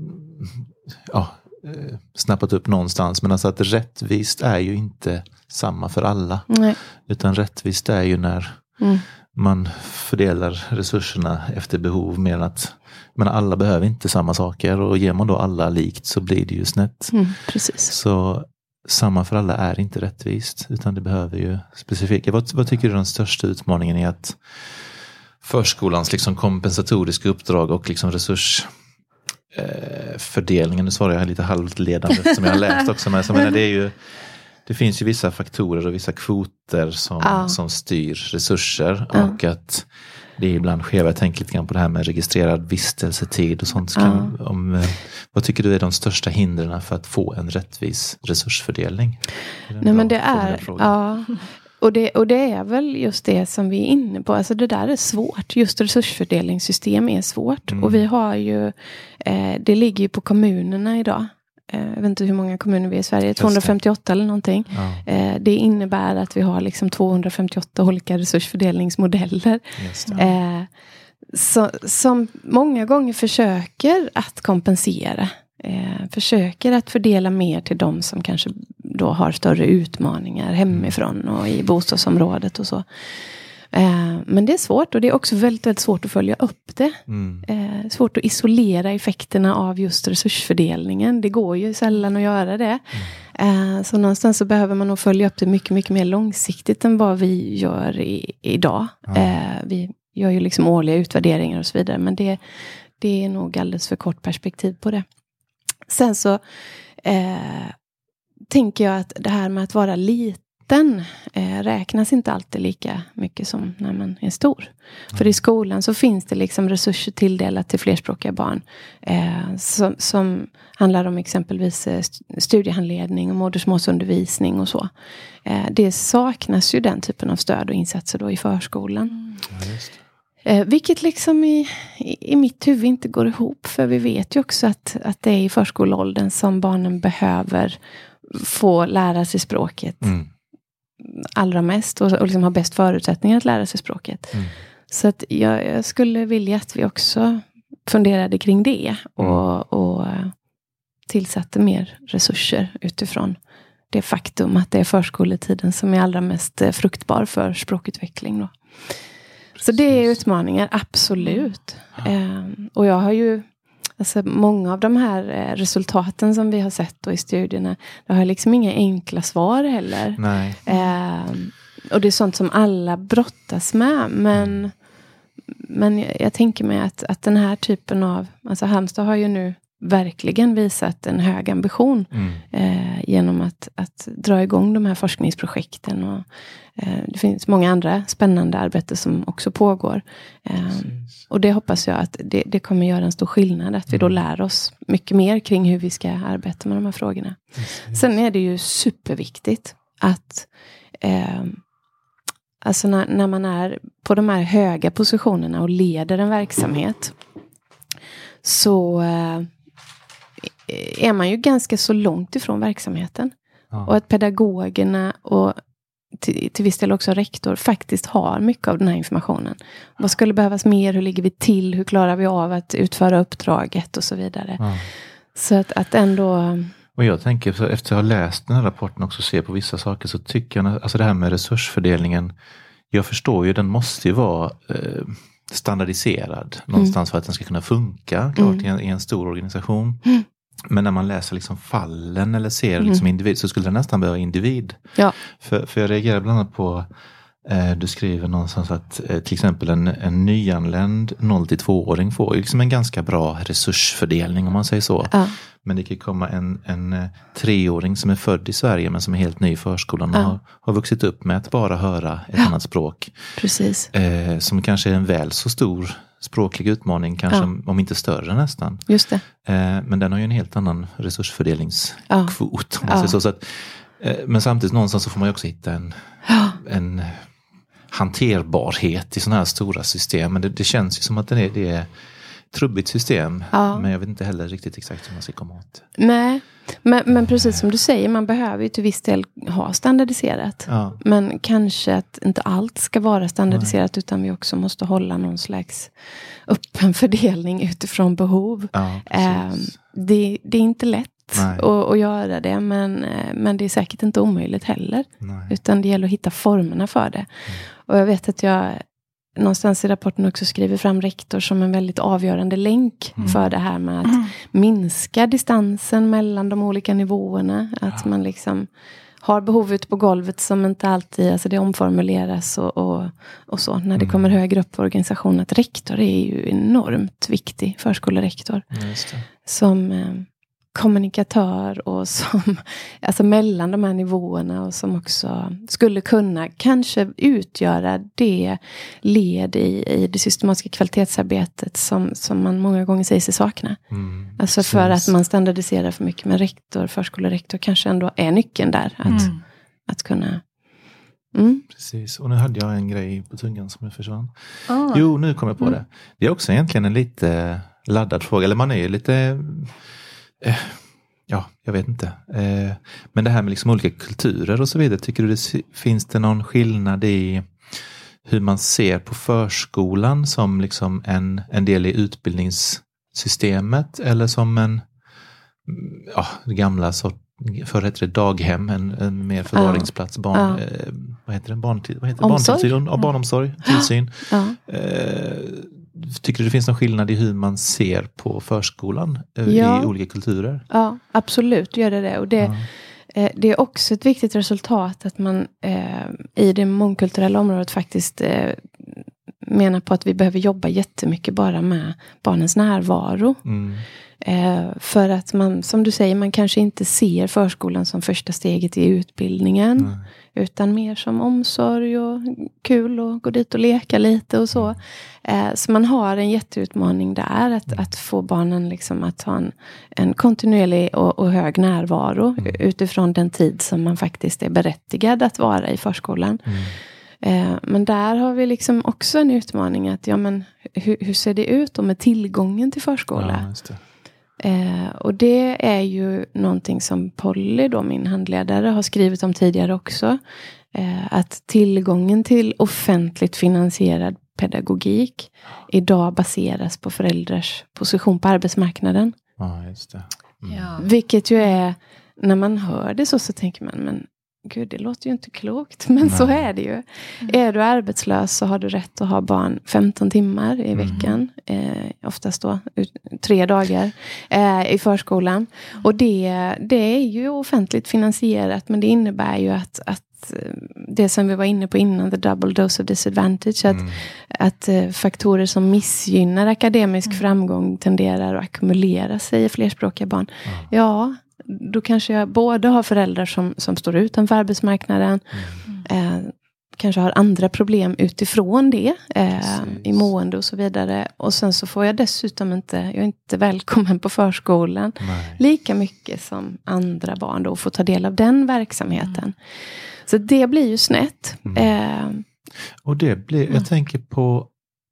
ja, snappat upp någonstans, men alltså att rättvist är ju inte samma för alla. Nej. Utan rättvist är ju när mm. man fördelar resurserna efter behov, mer än att men alla behöver inte samma saker, och ger man då alla likt så blir det ju snett. Mm, precis. Så samma för alla är inte rättvist, utan det behöver ju specifika. Vad, vad tycker du är den största utmaningen i att förskolans liksom kompensatoriska uppdrag och liksom resursfördelningen, eh, nu svarar jag lite halvt ledande som jag har läst också, men så menar, det är ju det finns ju vissa faktorer och vissa kvoter som, ja. som styr resurser ja. och att det är ibland sker. Jag tänker lite grann på det här med registrerad vistelsetid och sånt. Kan, ja. om, vad tycker du är de största hindren för att få en rättvis resursfördelning? Nej, men det är, ja, och det, och det är väl just det som vi är inne på. Alltså det där är svårt. Just resursfördelningssystem är svårt. Mm. Och vi har ju, eh, det ligger ju på kommunerna idag. Jag vet inte hur många kommuner vi är i Sverige, tvåhundrafemtioåtta eller någonting. Ja. Det innebär att vi har liksom tvåhundrafemtioåtta olika resursfördelningsmodeller. Eh, så, som många gånger försöker att kompensera. Eh, försöker att fördela mer till de som kanske då har större utmaningar hemifrån och i bostadsområdet och så. Eh, men det är svårt och det är också väldigt, väldigt svårt att följa upp det. Mm. Eh, svårt att isolera effekterna av just resursfördelningen. Det går ju sällan att göra det. Mm. Eh, så någonstans så behöver man nog följa upp det mycket, mycket mer långsiktigt än vad vi gör i, idag. Mm. Eh, vi gör ju liksom årliga utvärderingar och så vidare. Men det, det är nog alldeles för kort perspektiv på det. Sen så eh, tänker jag att det här med att vara liten Den eh, räknas inte alltid lika mycket som när man är stor. Mm. För i skolan så finns det liksom resurser tilldelat till flerspråkiga barn. Eh, som, som handlar om exempelvis eh, studiehandledning och modersmålsundervisning och så. Eh, det saknas ju den typen av stöd och insatser då i förskolan. Mm. Ja, just det. Eh, vilket liksom i, i, i mitt huvud inte går ihop. För vi vet ju också att, att det är i förskoleåldern som barnen behöver få lära sig språket. Mm. allra mest och, och liksom har bäst förutsättningar att lära sig språket. Mm. Så att jag, jag skulle vilja att vi också funderade kring det och, mm. och tillsatte mer resurser utifrån det faktum att det är förskoletiden som är allra mest fruktbar för språkutveckling då. Så det är utmaningar, absolut. Mm. Um, och jag har ju alltså många av de här resultaten som vi har sett då i studierna, det har liksom inga enkla svar heller. Nej. Eh, och det är sånt som alla brottas med. Men, mm. men jag, jag tänker mig att, att den här typen av, alltså Halmstad har ju nu verkligen visat en hög ambition mm. eh, genom att, att dra igång de här forskningsprojekten. Och, eh, det finns många andra spännande arbeten som också pågår. Eh, och det hoppas jag att det, det kommer göra en stor skillnad. Att vi då lär oss mycket mer kring hur vi ska arbeta med de här frågorna. Precis. Sen är det ju superviktigt att eh, alltså när, när man är på de här höga positionerna och leder en verksamhet så eh, är man ju ganska så långt ifrån verksamheten. Ja. Och att pedagogerna och till, till viss del också rektor faktiskt har mycket av den här informationen. Vad skulle behövas mer? Hur ligger vi till? Hur klarar vi av att utföra uppdraget? Och så vidare. Ja. Så att, att ändå... Och jag tänker, efter att ha läst den här rapporten också och se på vissa saker, så tycker jag, alltså det här med resursfördelningen, jag förstår ju, den måste ju vara eh, standardiserad någonstans mm. för att den ska kunna funka, klart, mm. i, en, i en stor organisation. Mm. Men när man läser liksom fallen eller ser mm. liksom individ, så skulle det nästan behöva individ. Ja. För, för jag reagerar bland annat på, eh, du skriver någonstans att eh, till exempel en, en nyanländ noll till två-åring får liksom en ganska bra resursfördelning, om man säger så. Ja. Men det kan komma en, en eh, treåring som är född i Sverige men som är helt ny i förskolan och ja. har, har vuxit upp med att bara höra ett ja. annat språk. Precis. Eh, som kanske är en väl så stor språklig utmaning, kanske ja. om inte större nästan. Just det. Eh, men den har ju en helt annan resursfördelningskvot. Ja. Ja. Så, så att, eh, men samtidigt någonstans så får man ju också hitta en, ja. en hanterbarhet i sådana här stora system. Men det, det känns ju som att det är, det är trubbigt system. Ja. Men jag vet inte heller riktigt exakt hur man ska komma åt. Nej, men, men precis som du säger, man behöver ju till viss del ha standardiserat. Ja. Men kanske att inte allt ska vara standardiserat. Nej. Utan vi också måste hålla någon slags öppen fördelning utifrån behov. Ja, eh, det, det är inte lätt att, att göra det, men, men det är säkert inte omöjligt heller. Nej. Utan det gäller att hitta formerna för det. Mm. Och jag vet att jag någonstans i rapporten också skriver fram rektor som en väldigt avgörande länk mm. för det här med att mm. minska distansen mellan de olika nivåerna. Att ja. man liksom har behov ute på golvet som inte alltid, alltså det omformuleras och, och, och så. När det mm. kommer högre upp på organisationen, att rektor är ju enormt viktig, förskolerektor. Just det. Som, kommunikatör och som, alltså mellan de här nivåerna och som också skulle kunna kanske utgöra det led i, i det systematiska kvalitetsarbetet som, som man många gånger säger sig sakna. Mm, alltså precis. För att man standardiserar för mycket, men rektor, förskolerektor kanske ändå är nyckeln där. Att, mm. att kunna... Mm. Precis, och nu hade jag en grej på tungan som jag försvann. Oh. Jo, nu kom jag på mm. det. Det är också egentligen en lite laddad fråga, eller man är ju lite... Eh, ja, jag vet inte. Eh, men det här med liksom olika kulturer och så vidare, tycker du det finns det någon skillnad i hur man ser på förskolan som liksom en, en del i utbildningssystemet eller som en ja, gamla sort, förr hette det daghem, en, en mer förvaringsplats, barn, ja. eh, vad heter det? Barntid, vad heter det? Omsorg? Barntillsyn, ja, barnomsorg, tillsyn. Ja. Eh, Tycker du det finns någon skillnad i hur man ser på förskolan ja. i olika kulturer? Ja, absolut gör det det. Och det, ja. eh, det är också ett viktigt resultat att man eh, i det mångkulturella området faktiskt eh, menar på att vi behöver jobba jättemycket bara med barnens närvaro. Mm. Eh, för att man, som du säger, man kanske inte ser förskolan som första steget i utbildningen. Mm. Utan mer som omsorg och kul och gå dit och leka lite och så. Eh, så man har en jätteutmaning där. Att, att få barnen liksom att ha en, en kontinuerlig och, och hög närvaro. Mm. Utifrån den tid som man faktiskt är berättigad att vara i förskolan. Mm. Eh, men där har vi liksom också en utmaning. Att ja men hur, hur ser det ut då med tillgången till förskola? Ja, just det. Eh, och det är ju någonting som Polly då, min handledare, har skrivit om tidigare också. Eh, att tillgången till offentligt finansierad pedagogik idag baseras på föräldrars position på arbetsmarknaden. Ja, just det. Mm. Ja. Vilket ju är, när man hör det så så tänker man, men gud, det låter ju inte klokt, men Nej. Så är det ju. Mm. Är du arbetslös så har du rätt att ha barn femton timmar i veckan. Mm. Eh, oftast då ut, tre dagar eh, i förskolan. Mm. Och det, det är ju offentligt finansierat, men det innebär ju att, att det som vi var inne på innan, the double dose of disadvantage, att, mm. att uh, faktorer som missgynnar akademisk mm. framgång tenderar att ackumulera sig i flerspråkiga barn. Mm. Ja, då kanske jag både har föräldrar som, som står utanför arbetsmarknaden, mm. eh, kanske har andra problem utifrån det, eh, i mående och så vidare. Och sen så får jag dessutom inte, jag är inte välkommen på förskolan Nej. Lika mycket som andra barn då, och får ta del av den verksamheten. Mm. Så det blir ju snett. Mm. Eh, och det blir, jag mm. tänker på,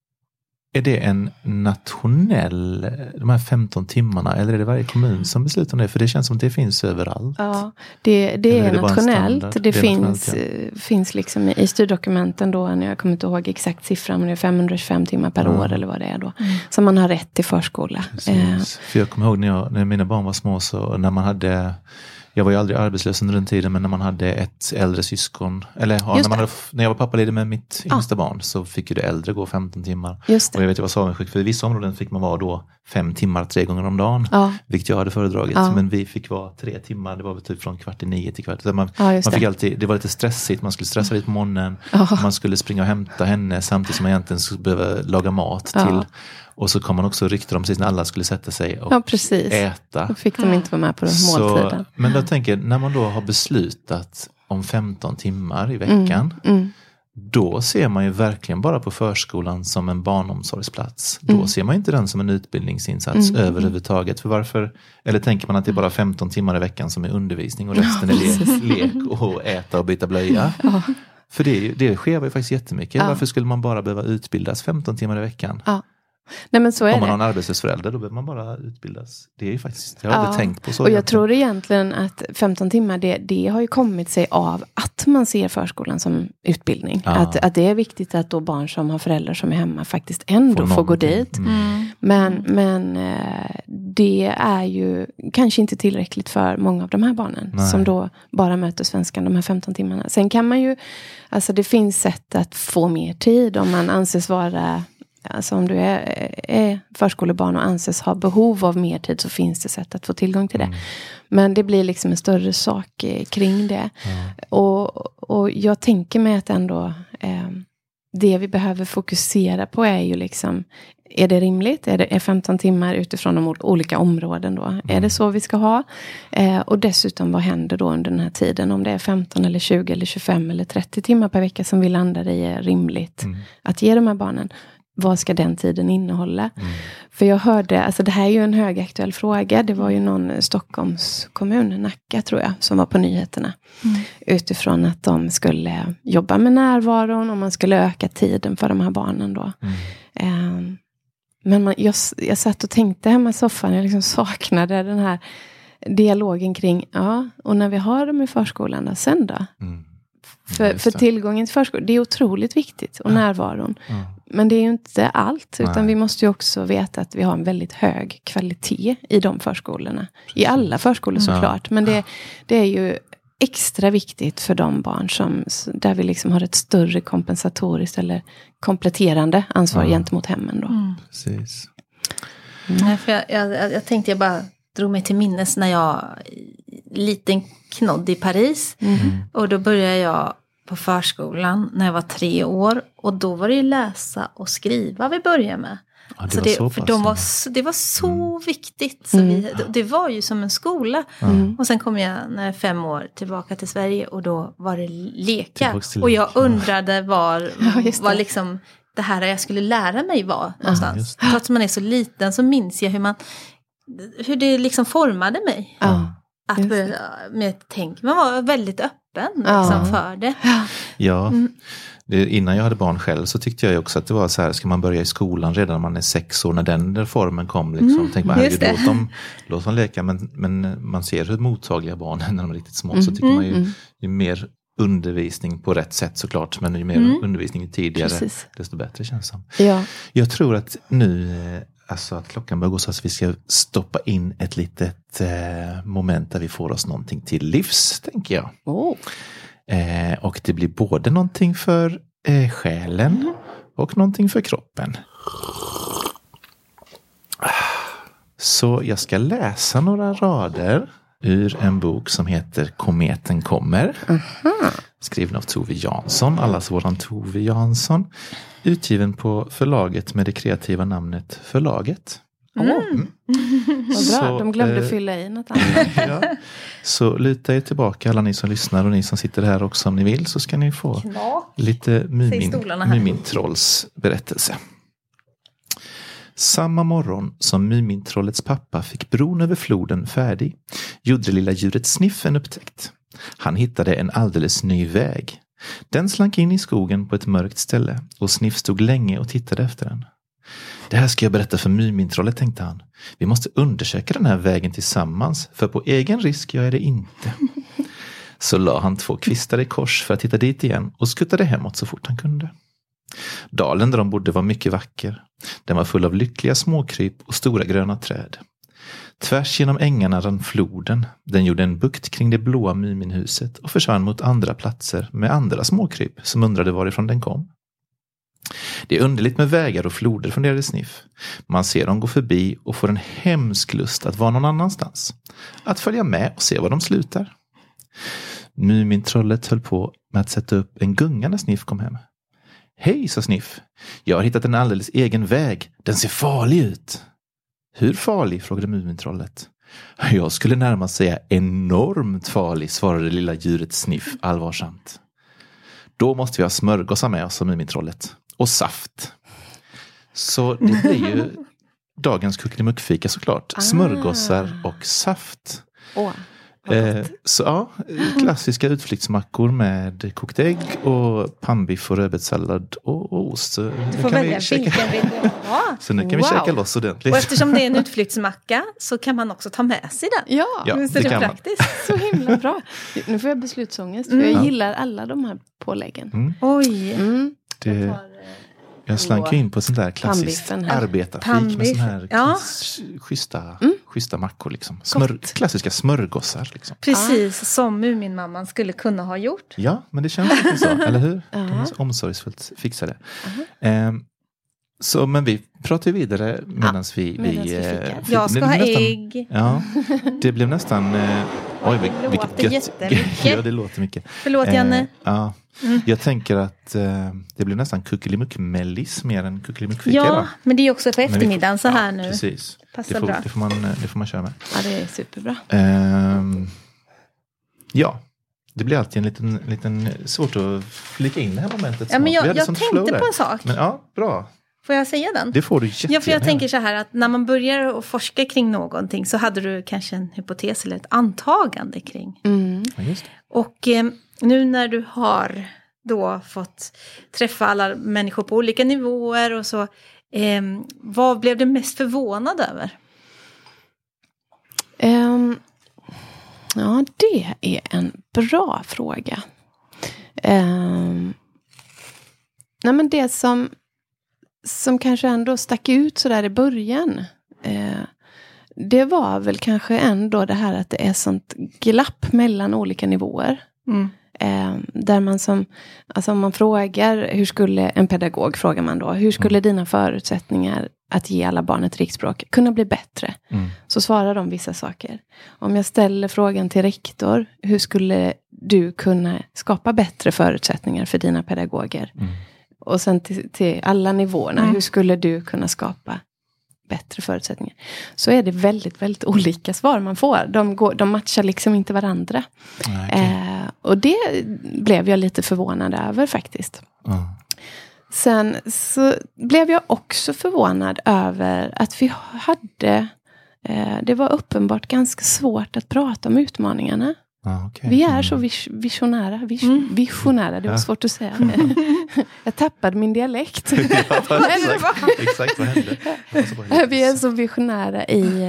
är det en nationell, de här femton timmarna, eller är det varje kommun som beslutar om det? För det känns som att det finns överallt. Ja, det, det är, är det nationellt. Det, det finns, nationellt, ja. finns liksom i styrdokumenten då, när jag kommer inte ihåg exakt siffran, men det är femhundratjugofem timmar per ja. år eller vad det är då. Mm. Så man har rätt till förskola. Eh. För jag kommer ihåg när, jag, när mina barn var små, så när man hade... Jag var ju aldrig arbetslös under den tiden, men när man hade ett äldre syskon, eller ja, när, man hade, när jag var pappaledig med mitt ah. yngsta barn, så fick ju det äldre gå femton timmar. Just det. Och jag vet jag var så avundsjuk, för i vissa områden fick man vara då fem timmar tre gånger om dagen, ah. vilket jag hade föredragit. Ah. Men vi fick vara tre timmar, det var väl typ från kvart i nio till kvart. Så man, ah, man fick alltid, det var lite stressigt, man skulle stressa lite på morgonen, ah. man skulle springa och hämta henne samtidigt som man egentligen skulle behöva laga mat ah. till. Och så kom man också rykta om precis när alla skulle sätta sig och ja, precis. äta. Då fick de inte vara med på den måltiden. Men då tänker jag, när man då har beslutat om femton timmar i veckan, mm, mm. då ser man ju verkligen bara på förskolan som en barnomsorgsplats. Mm. Då ser man inte den som en utbildningsinsats mm, överhuvudtaget. För varför, eller tänker man att det är bara femton timmar i veckan som är undervisning och resten är lek, lek och äta och byta blöja? Ja. För det, det sker ju faktiskt jättemycket. Ja. Varför skulle man bara behöva utbildas femton timmar i veckan? Ja. Nej, men så är Om man det. har en arbetslös förälder, då behöver man bara utbildas. Det är ju faktiskt, jag har ja. aldrig tänkt på så. Och jag egentligen. tror egentligen att femton timmar, det, det har ju kommit sig av att man ser förskolan som utbildning. Ja. Att, att det är viktigt att då barn som har föräldrar som är hemma faktiskt ändå får, får gå dit. Mm. Men, men det är ju kanske inte tillräckligt för många av de här barnen. Nej. Som då bara möter svenskan de här femton timmarna. Sen kan man ju, alltså det finns sätt att få mer tid om man anses vara... Alltså om du är, är förskolebarn och anses ha behov av mer tid, så finns det sätt att få tillgång till det. Mm. Men det blir liksom en större sak kring det. Mm. Och, och jag tänker mig att ändå eh, det vi behöver fokusera på är ju liksom är det rimligt? Är det är femton timmar utifrån de olika områden då? Mm. Är det så vi ska ha? Eh, och dessutom, vad händer då under den här tiden? Om det är femton eller tjugo eller tjugofem eller trettio timmar per vecka som vi landar i är rimligt mm. att ge de här barnen. Vad ska den tiden innehålla? Mm. För jag hörde, alltså det här är ju en högaktuell fråga. Det var ju någon Stockholms kommun, Nacka tror jag, som var på nyheterna. Mm. Utifrån att de skulle jobba med närvaron och man skulle öka tiden för de här barnen då. Mm. Um, men man, jag, jag satt och tänkte hemma i soffan, jag liksom saknade den här dialogen kring, ja, och när vi har dem i förskolan då, sen då? Mm. För, för tillgången till förskolan, det är otroligt viktigt. Och ja. närvaron. Ja. Men det är ju inte allt. Utan Nej. vi måste ju också veta att vi har en väldigt hög kvalitet i de förskolorna. I alla förskolor såklart. Ja. Men det, det är ju extra viktigt för de barn som, där vi liksom har ett större kompensatoriskt eller kompletterande ansvar ja. gentemot hemmen då. Mm. Precis. Mm. Nej, för jag, jag, jag tänkte jag bara drog mig till minnes när jag liten knodd i Paris. Mm. Och då började jag på förskolan när jag var tre år. Och då var det ju läsa och skriva vi började med. Ja, det, så var det, så för de var, det var så mm. viktigt. Så mm. vi, det var ju som en skola. Mm. Och sen kom jag när jag är fem år tillbaka till Sverige. Och då var det lekar. Och jag undrade var, ja, var liksom det här jag skulle lära mig var någonstans. Ja, trots att man är så liten så minns jag hur man hur det liksom formade mig. Ja. Att börja med tänk. Man var väldigt öppen ja. liksom, för det. Ja. Mm. Det, innan jag hade barn själv så tyckte jag också att det var så här, ska man börja i skolan redan när man är sex år, när den reformen kom liksom. Mm, Tänk man, herregud, låt dem, låt dem leka, men, men man ser hur mottagliga barnen när de är riktigt små, mm, så tycker mm, man ju, mm. ju mer undervisning på rätt sätt såklart, men ju mer mm. undervisning tidigare, Precis. desto bättre känns det som. Ja. Jag tror att nu, alltså att klockan börjar gå så att vi ska stoppa in ett litet eh, moment där vi får oss någonting till livs, tänker jag. Oh. Eh, och det blir både någonting för eh, själen mm. och någonting för kroppen. Så jag ska läsa några rader ur en bok som heter Kometen kommer. Uh-huh. Skriven av Tove Jansson, allas våran Tove Jansson. Utgiven på förlaget med det kreativa namnet Förlaget. Mm. Mm. Vad bra, så, de glömde eh, fylla i något annat. Ja. Så luta er tillbaka, alla ni som lyssnar och ni som sitter här också om ni vill, så ska ni få Knak. lite Mumintrolls berättelse. Samma morgon som Mumintrollets pappa fick bron över floden färdig gjorde det lilla djuret Sniff en upptäckt. Han hittade en alldeles ny väg. Den slank in i skogen på ett mörkt ställe och Sniff stod länge och tittade efter den. Det här ska jag berätta för Mumintrollet, tänkte han. Vi måste undersöka den här vägen tillsammans, för på egen risk gör jag det inte. Så la han två kvistar i kors för att hitta dit igen och skuttade hemåt så fort han kunde. Dalen där de bodde var mycket vacker. Den var full av lyckliga småkryp och stora gröna träd. Tvärs genom ängarna rann floden. Den gjorde en bukt kring det blåa Muminhuset och försvann mot andra platser med andra småkryp som undrade varifrån den kom. Det är underligt med vägar och floder, funderade Sniff. Man ser dem gå förbi och får en hemsk lust att vara någon annanstans. Att följa med och se var de slutar. Mumintrollet höll på med att sätta upp en gunga när Sniff kom hem. Hej, sa Sniff. Jag har hittat en alldeles egen väg. Den ser farlig ut. Hur farlig, frågade Mumintrollet. Jag skulle närmast säga enormt farlig, svarade lilla djuret Sniff allvarsamt. Då måste vi ha smörgåsar med oss, sa Mumintrollet. Och saft. Så det blir ju dagens kuckelimuckfika såklart. Ah. Smörgåsar och saft. Åh, eh, så ja, klassiska utflyktsmackor med kokt ägg och pannbiff och rödbetssallad och, och ost. Så du får välja vilken vill du ha. Så nu kan wow. vi käka loss ordentligt. Och eftersom det är en utflyktsmacka så kan man också ta med sig den. Ja, ja det, det är kan praktiskt. Man. Så himla bra. Nu får jag beslutsångest. Mm. För jag gillar alla de här påläggen. Mm. Oj. Mm. Det... Jag slank in på sånt där klassiskt arbetarfik med sån här ja. schyssta, mm. schyssta mackor. Liksom. Smör, klassiska smörgåsar. Liksom. Precis ah. som Muminmamman skulle kunna ha gjort. Ja, men det känns lite så, eller hur? Uh-huh. De är så omsorgsfullt fixade. Uh-huh. Um, så, men vi pratar vidare medan ja. vi... vi, vi uh, jag ska ha nästan, ägg. Ja, det blev nästan... Uh, Oj, vil, det vilket låter gött. jättemycket. Ja, det låter mycket. Förlåt, Janne. Eh, ja. Mm. Jag tänker att eh, det blir nästan kuckelimuck-mellis mer än kuckelimuck-fika. Ja, va? men det är också på eftermiddagen får, så här ja, nu. Precis. Passar det får, bra. Det får, man, det får man köra med. Ja, det är superbra. Eh, ja, det blir alltid en liten, liten svårt att flika in det här momentet. Ja, men jag, jag flow tänkte där. på en sak. Men ja, bra. Får jag säga den? Det får du jättegärna. Ja, för jag tänker så här att när man börjar att forska kring någonting så hade du kanske en hypotes eller ett antagande kring. Mm. Ja, just det. Och eh, nu när du har då fått träffa alla människor på olika nivåer och så, eh, vad blev du mest förvånad över? Um, ja, det är en bra fråga. Um, nej, men det som som kanske ändå stack ut så där i början, eh, det var väl kanske ändå det här att det är sånt glapp mellan olika nivåer. Mm. Eh, där man som, alltså om man frågar, hur skulle en pedagog, frågar man då, hur skulle mm. dina förutsättningar att ge alla barn ett riksspråk kunna bli bättre? Mm. Så svarar de vissa saker. Om jag ställer frågan till rektor, hur skulle du kunna skapa bättre förutsättningar för dina pedagoger? Mm. Och sen till, till alla nivåerna, mm. hur skulle du kunna skapa bättre förutsättningar? Så är det väldigt, väldigt olika svar man får. De, går, de matchar liksom inte varandra. Okay. Eh, och det blev jag lite förvånad över faktiskt. Mm. Sen så blev jag också förvånad över att vi hade, eh, det var uppenbart ganska svårt att prata om utmaningarna. Ah, okay. Vi är så vis- visionära. Vis- mm. Visionära, det var ja. svårt att säga. Jag tappade min dialekt. Ja, exakt, exakt, vad hände? Vi är så visionära i,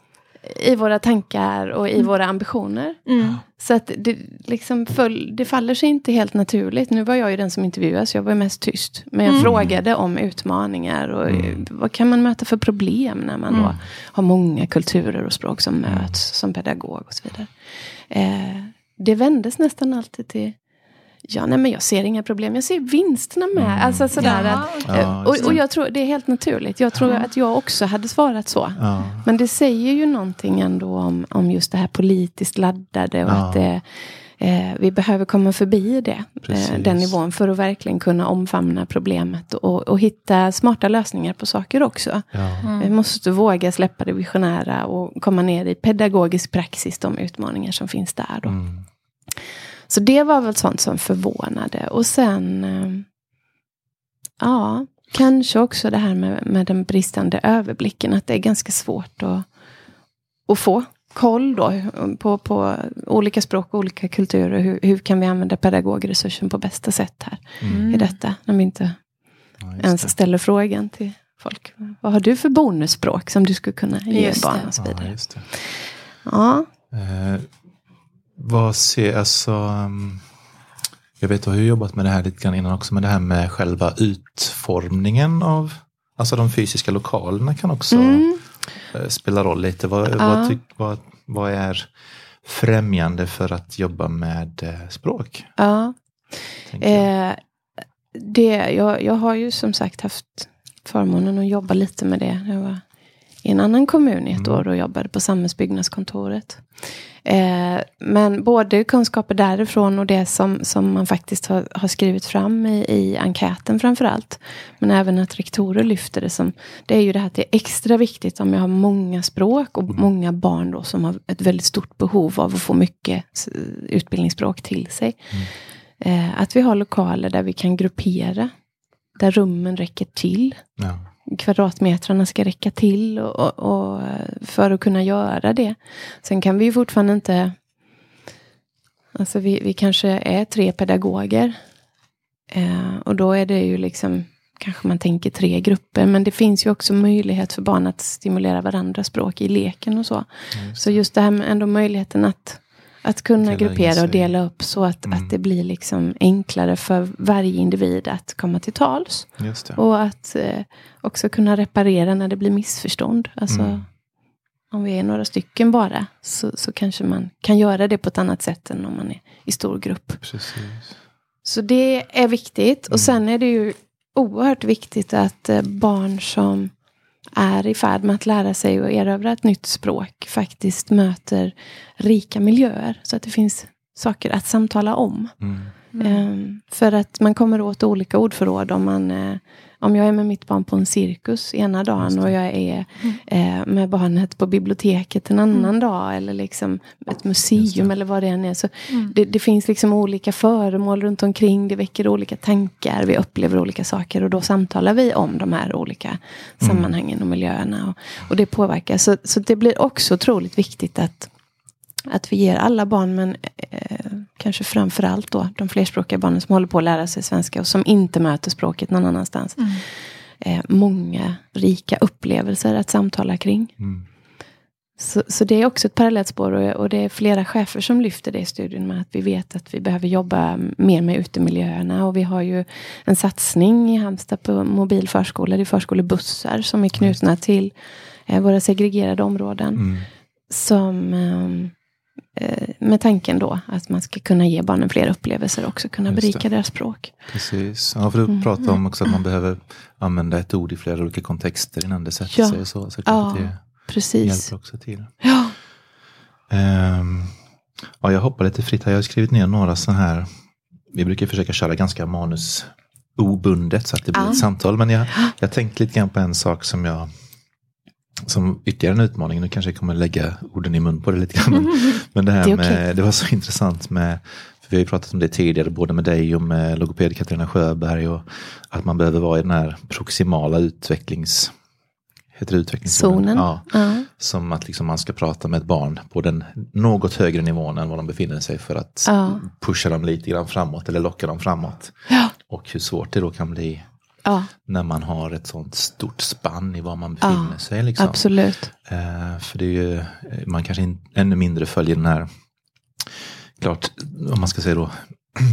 i våra tankar och i mm. våra ambitioner. Mm. Så att det, liksom föll, det faller sig inte helt naturligt. Nu var jag ju den som intervjuas, jag var mest tyst. Men jag mm. frågade om utmaningar och mm. vad kan man möta för problem när man mm. då har många kulturer och språk som möts mm. som pedagog och så vidare. Eh, det vändes nästan alltid till ja, nej, men jag ser inga problem, jag ser vinsterna med mm. alltså sådär ja. att, ja, och, och jag tror det är helt naturligt, jag tror ja. att jag också hade svarat så ja. men det säger ju någonting ändå om, om just det här politiskt laddade och ja. att det, eh, vi behöver komma förbi det eh, den nivån för att verkligen kunna omfamna problemet och, och hitta smarta lösningar på saker också. Ja. Mm. Vi måste våga släppa det visionära och komma ner i pedagogisk praxis, de utmaningar som finns där då. Mm. Så det var väl sånt som förvånade. Och sen, ja, kanske också det här med, med den bristande överblicken. Att det är ganska svårt att, att få koll då på, på olika språk och olika kulturer. Hur, hur kan vi använda pedagogresursen på bästa sätt här mm. i detta? När vi inte ja, ens ställer frågan till folk. Vad har du för bonusspråk som du skulle kunna ge just barn och så vidare? Ja, just det. Ja. Uh. Vad ser, alltså, um, jag vet att jag har jobbat med det här lite grann innan också, men det här med själva utformningen av, alltså de fysiska lokalerna kan också mm. uh, spela roll lite. Vad, ja. vad, tyck, vad, vad är främjande för att jobba med uh, språk? Ja, eh, det, jag, jag har ju som sagt haft förmånen att jobba lite med det. Jag var i en annan kommun i ett mm. år och jobbade på samhällsbyggnadskontoret. Eh, men både kunskaper därifrån och det som, som man faktiskt har, har skrivit fram i, i enkäten framförallt. Men även att rektorer lyfter det som, det är ju det här att det är extra viktigt om jag har många språk och mm. många barn då som har ett väldigt stort behov av att få mycket utbildningsspråk till sig. Mm. Eh, att vi har lokaler där vi kan gruppera, där rummen räcker till. Ja. Kvadratmetrarna ska räcka till och, och, och för att kunna göra det. Sen kan vi ju fortfarande inte, alltså vi, vi kanske är tre pedagoger eh, och då är det ju liksom, kanske man tänker tre grupper, men det finns ju också möjlighet för barn att stimulera varandras språk i leken och så. Just så just det här med ändå möjligheten att Att kunna gruppera och dela upp så att, mm. att det blir liksom enklare för varje individ att komma till tals. Just det. Och att eh, också kunna reparera när det blir missförstånd. Alltså mm. om vi är några stycken bara så, så kanske man kan göra det på ett annat sätt än om man är i stor grupp. Precis. Så det är viktigt. Mm. Och sen är det ju oerhört viktigt att eh, barn som är i färd med att lära sig och erövra ett nytt språk faktiskt möter rika miljöer. Så att det finns saker att samtala om. Mm. Mm. För att man kommer åt olika ordförråd om man... Om jag är med mitt barn på en cirkus ena dagen och jag är mm. eh, med barnet på biblioteket en annan mm. dag eller liksom ett museum eller vad det än är. Så mm. det, det finns liksom olika föremål runt omkring, det väcker olika tankar, vi upplever olika saker och då samtalar vi om de här olika mm. sammanhangen och miljöerna och, och det påverkar. Så, så det blir också otroligt viktigt att Att vi ger alla barn, men eh, kanske framförallt då de flerspråkiga barnen som håller på att lära sig svenska och som inte möter språket någon annanstans. Mm. Eh, många rika upplevelser att samtala kring. Mm. Så, så det är också ett parallellt spår och, och det är flera chefer som lyfter det i studien med att vi vet att vi behöver jobba mer med utemiljöerna och vi har ju en satsning i Halmstad på mobilförskolor, det är förskolebussar som är knutna till eh, våra segregerade områden. Mm. Som... Eh, med tanken då att man ska kunna ge barnen fler upplevelser och också kunna berika deras språk. Precis. Ja, för du mm. pratar om också att man behöver använda ett ord i flera olika kontexter innan det sätter ja. sig. Så, så ja, det precis. Hjälper också till. Ja. Um, ja, jag hoppar lite fritt här. Jag har skrivit ner några så här. Vi brukar försöka köra ganska manus obundet så att det blir ja. ett samtal. Men jag, jag tänkte lite grann på en sak som jag som ytterligare en utmaning, nu kanske jag kommer lägga orden i mun på det lite grann. Mm. Men det här det, okay. med, det var så intressant med, för vi har ju pratat om det tidigare, både med dig och med logoped Katarina Sjöberg, och att man behöver vara i den här proximala utvecklings, heter det utvecklingszonen? Ja, uh-huh. Som att liksom man ska prata med ett barn på den något högre nivån än vad de befinner sig för att uh-huh. pusha dem lite grann framåt eller locka dem framåt. Ja. Och hur svårt det då kan bli ja. när man har ett sånt stort spann i var man befinner ja, sig. Liksom. Absolut. Uh, för det är ju, man kanske in, ännu mindre följer den här, klart, om man ska säga då,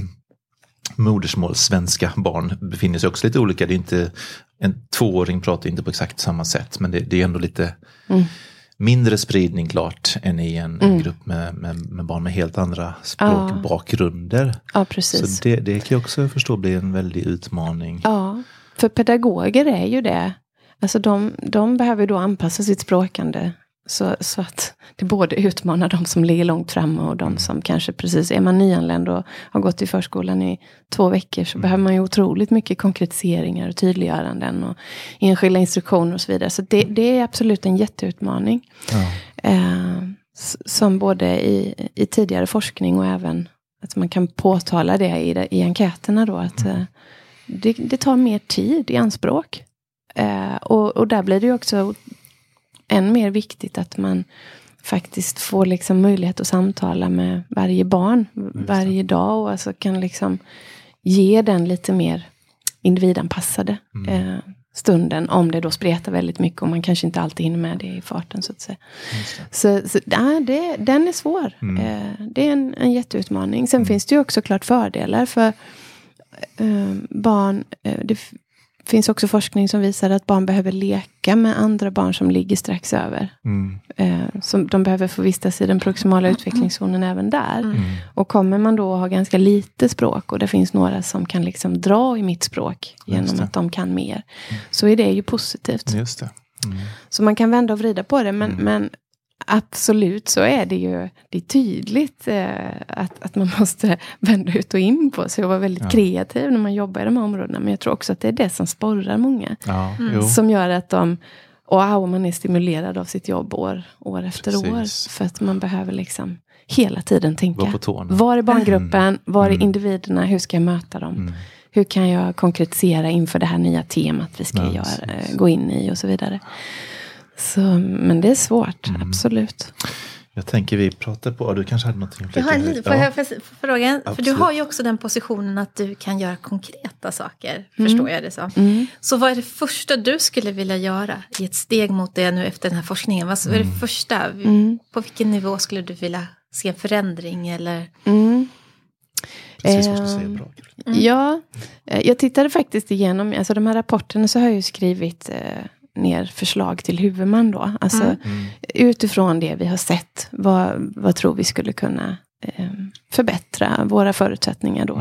modersmål, svenska barn befinner sig också lite olika. Det är inte, en tvååring pratar inte på exakt samma sätt, men det, det är ändå lite mm. mindre spridning klart än i en, mm. en grupp med, med, med barn med helt andra språkbakgrunder. Ja. ja, precis. Så det, det kan jag också förstå blir en väldig utmaning. Ja, för pedagoger är ju det. Alltså de, de behöver då anpassa sitt språkande så, så att det både utmanar de som ligger långt fram och de som kanske precis är man nyanländ och har gått i förskolan i två veckor så mm. behöver man ju otroligt mycket konkretiseringar och tydliggöranden och enskilda instruktioner och så vidare. Så det, det är absolut en jätteutmaning. Ja. Eh, som både i, i tidigare forskning och även att man kan påtala det i, i enkäterna då att mm. eh, det, det tar mer tid i anspråk. Eh, och, och där blir det ju också än mer viktigt att man faktiskt får liksom möjlighet att samtala med varje barn varje dag och alltså kan liksom ge den lite mer individanpassade mm. eh, stunden om det då spretar väldigt mycket och man kanske inte alltid hinner med det i farten så att säga. Så, så ja, det, den är svår. Mm. Eh, det är en, en jätteutmaning. Sen mm. finns det ju också klart fördelar för eh, barn. Eh, det finns också forskning som visar att barn behöver leka med andra barn som ligger strax över. Mm. Eh, som de behöver få vistas i den proximala utvecklingszonen även där. Mm. Och kommer man då ha ganska lite språk och det finns några som kan liksom dra i mitt språk genom att de kan mer. Mm. Så är det ju positivt. Just det. Mm. Så man kan vända och vrida på det men, mm. men absolut så är det ju det är tydligt eh, att, att man måste vända ut och in på sig och vara väldigt ja. kreativ när man jobbar i de här områdena. Men jag tror också att det är det som sporrar många. Ja, mm. Som gör att de, wow, man är stimulerad av sitt jobb år, år efter Precis. år. För att man behöver liksom hela tiden tänka. Var är barngruppen? Mm. Var är mm. individerna? Hur ska jag möta dem? Mm. Hur kan jag konkretisera inför det här nya temat vi ska ja, göra, gå in i och så vidare. Så, men det är svårt, mm. absolut. Jag tänker vi pratar på, du kanske hade något. Jag har en liten ja. fråga, för du har ju också den positionen att du kan göra konkreta saker, mm. förstår jag det så. Mm. Så vad är det första du skulle vilja göra i ett steg mot det nu efter den här forskningen? Vad är det mm. första? Mm. På vilken nivå skulle du vilja se en förändring eller... Mm. Precis vad du säger, bra. Mm. Ja, jag tittade faktiskt igenom, alltså de här rapporterna så har jag ju skrivit... Eh, ner förslag till huvudman då. Alltså mm. utifrån det vi har sett, vad, vad tror vi skulle kunna eh, förbättra våra förutsättningar då mm. att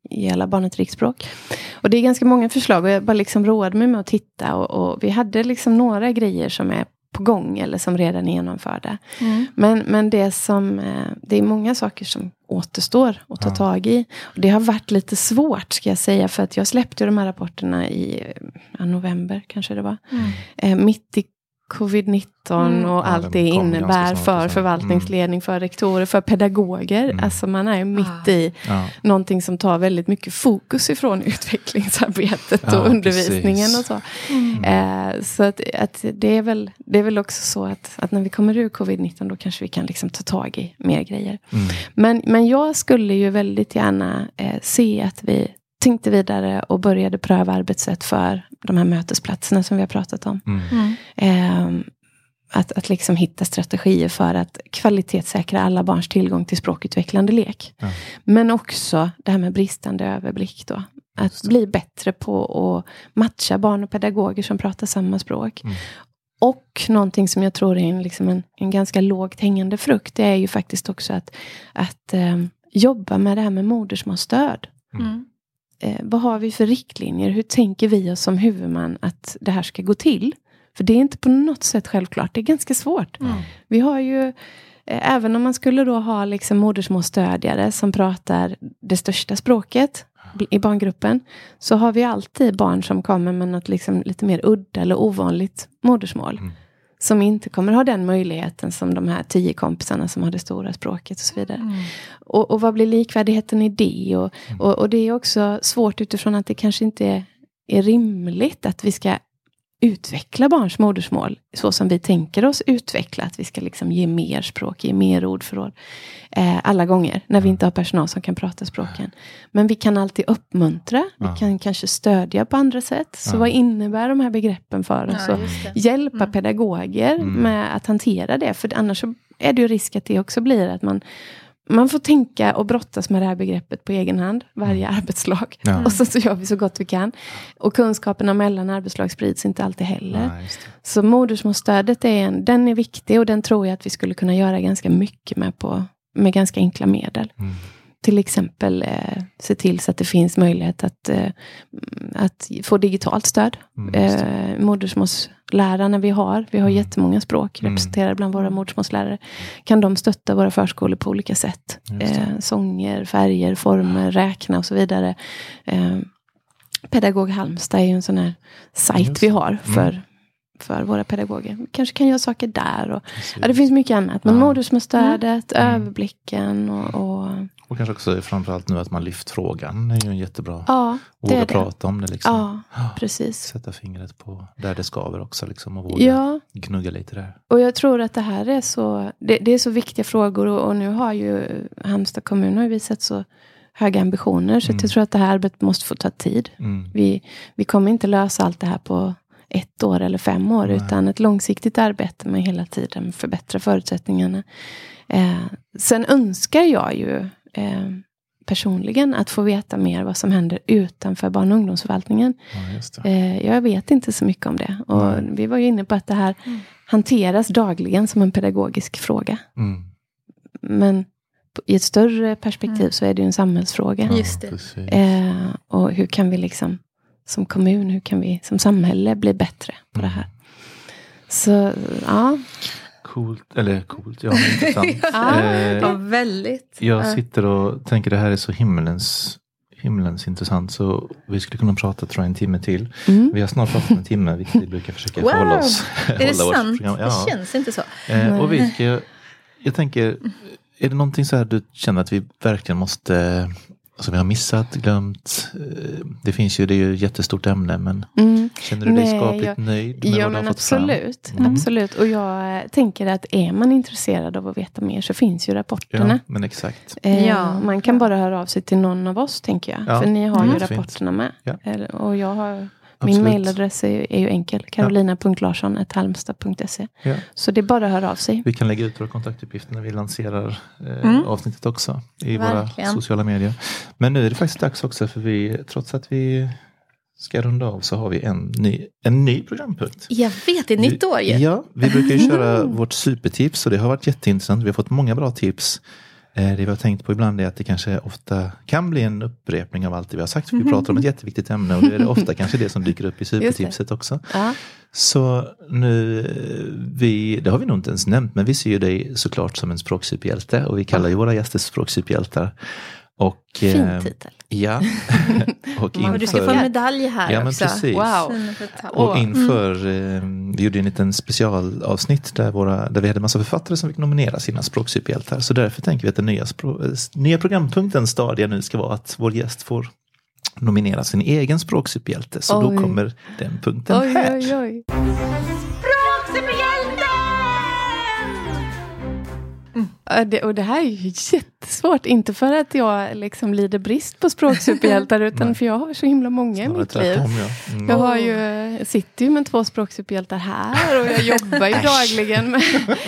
ge alla barn ett riksspråk. Och det är ganska många förslag och jag bara liksom roade mig med att titta och, och vi hade liksom några grejer som är på gång eller som redan är genomförda. Mm. Men, men det som det är många saker som återstår att ta ja. tag i. Och det har varit lite svårt ska jag säga för att jag släppte de här rapporterna i ja, november kanske det var. Mm. Eh, mitt i covid nitton mm. och allt ja, det innebär för förvaltningsledning, mm. för rektorer, för pedagoger. Mm. Alltså man är ju mitt ah. i ja. någonting som tar väldigt mycket fokus ifrån utvecklingsarbetet ja, och undervisningen precis. och så. Mm. Eh, så att, att det, är väl, det är väl också så att, att när vi kommer ur covid nitton då kanske vi kan liksom ta tag i mer grejer. Mm. Men, men jag skulle ju väldigt gärna eh, se att vi tänkte vidare och började pröva arbetssätt för de här mötesplatserna som vi har pratat om. Mm. Mm. Eh, att, att liksom hitta strategier för att kvalitetssäkra alla barns tillgång till språkutvecklande lek. Ja. Men också det här med bristande överblick då. Att bli bättre på att matcha barn och pedagoger som pratar samma språk. Mm. Och någonting som jag tror är en, liksom en, en ganska lågt hängande frukt. Det är ju faktiskt också att, att eh, jobba med det här med modersmålsstöd. Mm. Eh, vad har vi för riktlinjer? Hur tänker vi oss som huvudman att det här ska gå till? För det är inte på något sätt självklart. Det är ganska svårt. Mm. Vi har ju, eh, även om man skulle då ha liksom modersmålsstödjare som pratar det största språket i barngruppen. Så har vi alltid barn som kommer med något liksom lite mer udda eller ovanligt modersmål. Mm. Som inte kommer ha den möjligheten som de här tio kompisarna som har det stora språket och så vidare. Mm. Och, och vad blir likvärdigheten i det? Och, mm. och, och det är också svårt utifrån att det kanske inte är, är rimligt att vi ska utveckla barns modersmål så som vi tänker oss utveckla. Att vi ska liksom ge mer språk, ge mer ordförråd eh, alla gånger när vi inte har personal som kan prata språken. Men vi kan alltid uppmuntra, vi ja. kan kanske stödja på andra sätt. Så ja. vad innebär de här begreppen för oss? Ja, hjälpa mm. pedagoger mm. med att hantera det. För annars så är det ju risk att det också blir att man Man får tänka och brottas med det här begreppet på egen hand. Varje mm. arbetslag. Ja. Och så, så gör vi så gott vi kan. Och kunskaperna mellan arbetslag sprids inte alltid heller. Ja, så modersmålsstödet är en, den är viktig. Och den tror jag att vi skulle kunna göra ganska mycket med, på, med ganska enkla medel. Mm. Till exempel eh, se till så att det finns möjlighet att, eh, att få digitalt stöd. Mm, eh, modersmålslärarna vi har, vi har mm. jättemånga språk representerade mm. bland våra modersmålslärare. Kan de stötta våra förskolor på olika sätt? Eh, sånger, färger, former, räkna och så vidare. Eh, Pedagog Halmstad är ju en sån här sajt vi har för mm. för våra pedagoger. Vi kanske kan göra saker där. Och, ja, det finns mycket annat. Men ja. modersmålsstödet, mm. överblicken och, och... Och kanske också framförallt nu att man lyft frågan. Det är ju en jättebra ja, ord att prata om det. Liksom. Ja, precis. Sätta fingret på där det skaver också. Liksom, och våga ja. gnugga lite där. Och jag tror att det här är så... Det, det är så viktiga frågor. Och, och nu har ju Halmstad kommun har visat så höga ambitioner. Så mm. jag tror att det här arbetet måste få ta tid. Mm. Vi, vi kommer inte lösa allt det här på ett år eller fem år. Nej. Utan ett långsiktigt arbete med hela tiden förbättra förutsättningarna. Eh, sen önskar jag ju eh, personligen att få veta mer vad som händer utanför barn- och ungdomsförvaltningen. Ja, just det. Eh, jag vet inte så mycket om det. Och Nej. vi var ju inne på att det här mm. hanteras dagligen som en pedagogisk fråga. Mm. Men i ett större perspektiv mm. så är det ju en samhällsfråga. Ja, just det. Eh, och hur kan vi liksom som kommun, hur kan vi som samhälle bli bättre på mm. det här? Så, ja. Coolt, eller coolt, ja, intressant. ja, eh, väldigt. Jag sitter och tänker det här är så himmelens, himmelens intressant så vi skulle kunna prata tror jag en timme till. Mm. Vi har snart pratat en timme, vilket vi brukar försöka wow. hålla oss. Är det sant? Ja. Det känns inte så. Eh, och vi ska, jag tänker, är det någonting så här du känner att vi verkligen måste... Alltså vi har missat, glömt. Det finns ju, det är ju ett jättestort ämne, men mm. känner du dig Nej, skapligt jag, nöjd med ja, vad du har men fått absolut, fram? Mm. absolut. Och jag tänker att är man intresserad av att veta mer så finns ju rapporterna. Ja, men exakt. Eh, ja, man kan bara höra av sig till någon av oss, tänker jag. Ja. För ni har mm. ju rapporterna med. Ja. Och jag har... Min mailadress är, är ju enkel. carolina punkt larsson snabel-a halmstad punkt se. Ja. Så det är bara att höra av sig. Vi kan lägga ut våra kontaktuppgifter när vi lanserar eh, mm. avsnittet också. I Verkligen. Våra sociala medier. Men nu är det faktiskt dags också. För vi, trots att vi ska runda av så har vi en ny, en ny programpunkt. Jag vet, det är nytt år ju. Ja, vi brukar ju köra vårt supertips. Och det har varit jätteintressant. Vi har fått många bra tips. Det vi har tänkt på ibland är att det kanske ofta kan bli en upprepning av allt det vi har sagt. För vi pratar om ett jätteviktigt ämne och det är det ofta kanske det som dyker upp i supertipset också. Ja. Så nu, vi, det har vi nog inte ens nämnt, men vi ser ju dig såklart som en språksuperhjälte och vi kallar ju våra gäster språksuperhjältar. Och, fin titel. Eh, ja. och inför, du ska få en medalj här ja, också. Men precis. Wow. Och inför, mm. eh, vi gjorde en liten specialavsnitt där, våra, där vi hade en massa författare som fick nominera sina språksuperhjältar. Så därför tänker vi att den nya, spro- nya programpunkten Stadia nu ska vara att vår gäst får nominera sin egen språksuperhjälte. Så oj. Då kommer den punkten oj, här. Oj, oj. Mm. Det, och det här är ju jättesvårt, inte för att jag liksom lider brist på språksuperhjältar utan för jag har så himla många i mitt liv. Om, ja. mm. Jag har ju, sitter ju med två språksuperhjältar här och jag jobbar ju dagligen med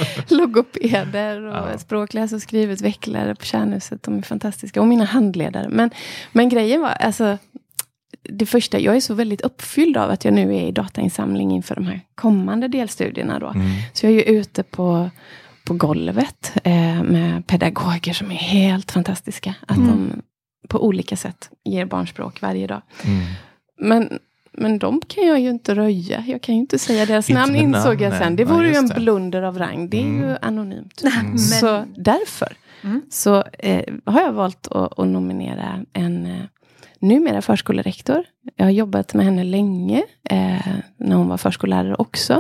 logopeder och ja. språkläs- och skrivutvecklare på Kärnhuset. De är fantastiska. Och mina handledare. Men, men grejen var, alltså det första, jag är så väldigt uppfylld av att jag nu är i datainsamling inför de här kommande delstudierna då. Mm. Så jag är ju ute på på golvet eh, med pedagoger som är helt fantastiska. Att mm. de på olika sätt ger barnspråk varje dag. Mm. Men, men de kan jag ju inte röja. Jag kan ju inte säga deras inte namn, insåg jag sen. Det vore ja, ju en blunder av rang. Det är mm. ju anonymt. Mm. Så därför mm. så eh, har jag valt att, att nominera en eh, numera förskolerektor. Jag har jobbat med henne länge eh, när hon var förskollärare också.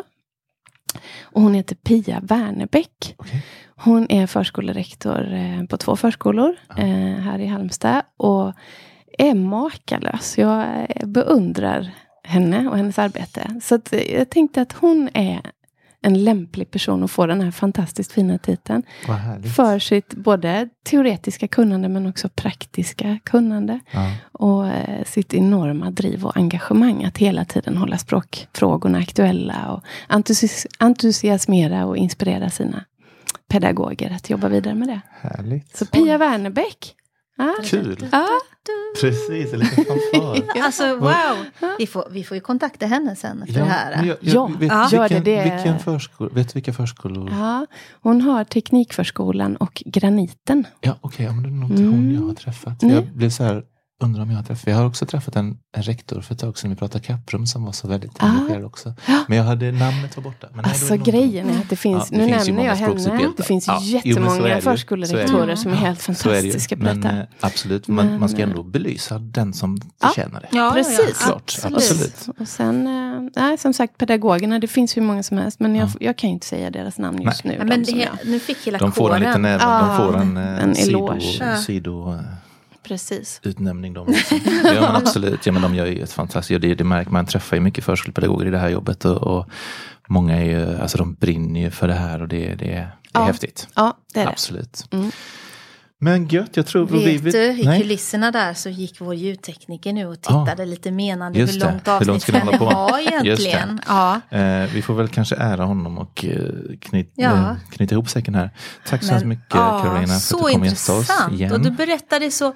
Och hon heter Pia Wernebäck. Okay. Hon är förskolerektor eh, på två förskolor eh, här i Halmstad. Och är makalös. Jag beundrar henne och hennes arbete. Så att jag tänkte att hon är en lämplig person att få den här fantastiskt fina titeln. För sitt både teoretiska kunnande men också praktiska kunnande. Ja. Och eh, sitt enorma driv och engagemang att hela tiden hålla språkfrågorna aktuella och entusi- entusiasmera och inspirera sina pedagoger att jobba vidare med det. Härligt. Så Pia Wernebäck. Ah. Kul. Ah. Precis, en liten fanfar. Alltså wow, vi får, vi får ju kontakta henne sen efter ja, det här. Jag, jag, ja, vet, ja. Vilken, det, det. vilken förskol, vet du vilka förskolor? Ja, hon har Teknikförskolan och Graniten. Ja, okej, okay, ja, men det är nog inte mm. hon jag har träffat. Nej. Jag blev så här, undrar om jag har träffat. Jag har också träffat en, en rektor för ett tag sedan vi pratade kapprum som var så väldigt ah. engagerad också. Men jag hade, namnet var borta. Men alltså nej, grejen är att det finns, ja, det nu finns nämner jag henne, det finns ja, jättemånga jo, förskolerektorer som är helt fantastiska på detta. Men äh, absolut, man, men, man ska ändå belysa den som ja. förtjänar det. Ja, precis. Klart, absolut. absolut. Och sen, äh, nej, som sagt, pedagogerna, det finns ju många som helst, men jag, jag kan ju inte säga deras namn just nej. nu. Ja, men det, jag, nu fick hela de får en liten även, ja, de får en, en eloge. Sido... Precis. Utnämning de också. Det gör man absolut. Ja, men de gör ju ett fantastiskt. Det, det märker man, träffar ju mycket förskolepedagoger i det här jobbet och, och många är ju, alltså de brinner ju för det här och det, det, det är ja. häftigt. Ja, det är absolut. det. Mm. Men gött, jag tror... Vet vi, du, i nej. kulisserna där så gick vår ljudtekniker nu och tittade ah, lite menande hur långt det, avsnitt ska ni ha egentligen. Ja. Eh, vi får väl kanske ära honom och eh, knyt, ja. eh, knyta ihop säcken här. Tack så hemskt mycket ah, Carolina för så att du kom och gästade oss igen. Och du berättade så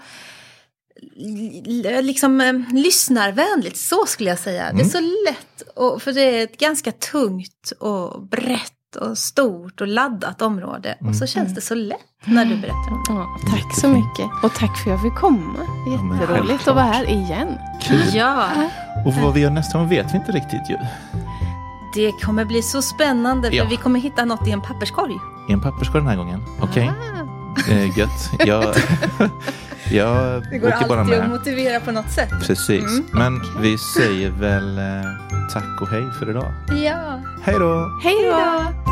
liksom eh, lyssnarvänligt, så skulle jag säga. Mm. Det är så lätt, och, för det är ett ganska tungt och brett och stort och laddat område. Mm. Och så känns det så lätt när du berättar om det. Ja, tack så mycket. Och tack för att jag fick komma. Jätteroligt att vara här igen. Kul. Ja. Och vad vi gör nästa gång vet vi inte riktigt ju. Det kommer bli så spännande för ja. vi kommer hitta något i en papperskorg. I en papperskorg den här gången? Okej. Okay. Eh, gött. Jag... Jag det går alltid bara med. Att motivera på något sätt. Precis. Mm. Men vi säger väl eh, tack och hej för idag. Ja. Hej då. Hej då.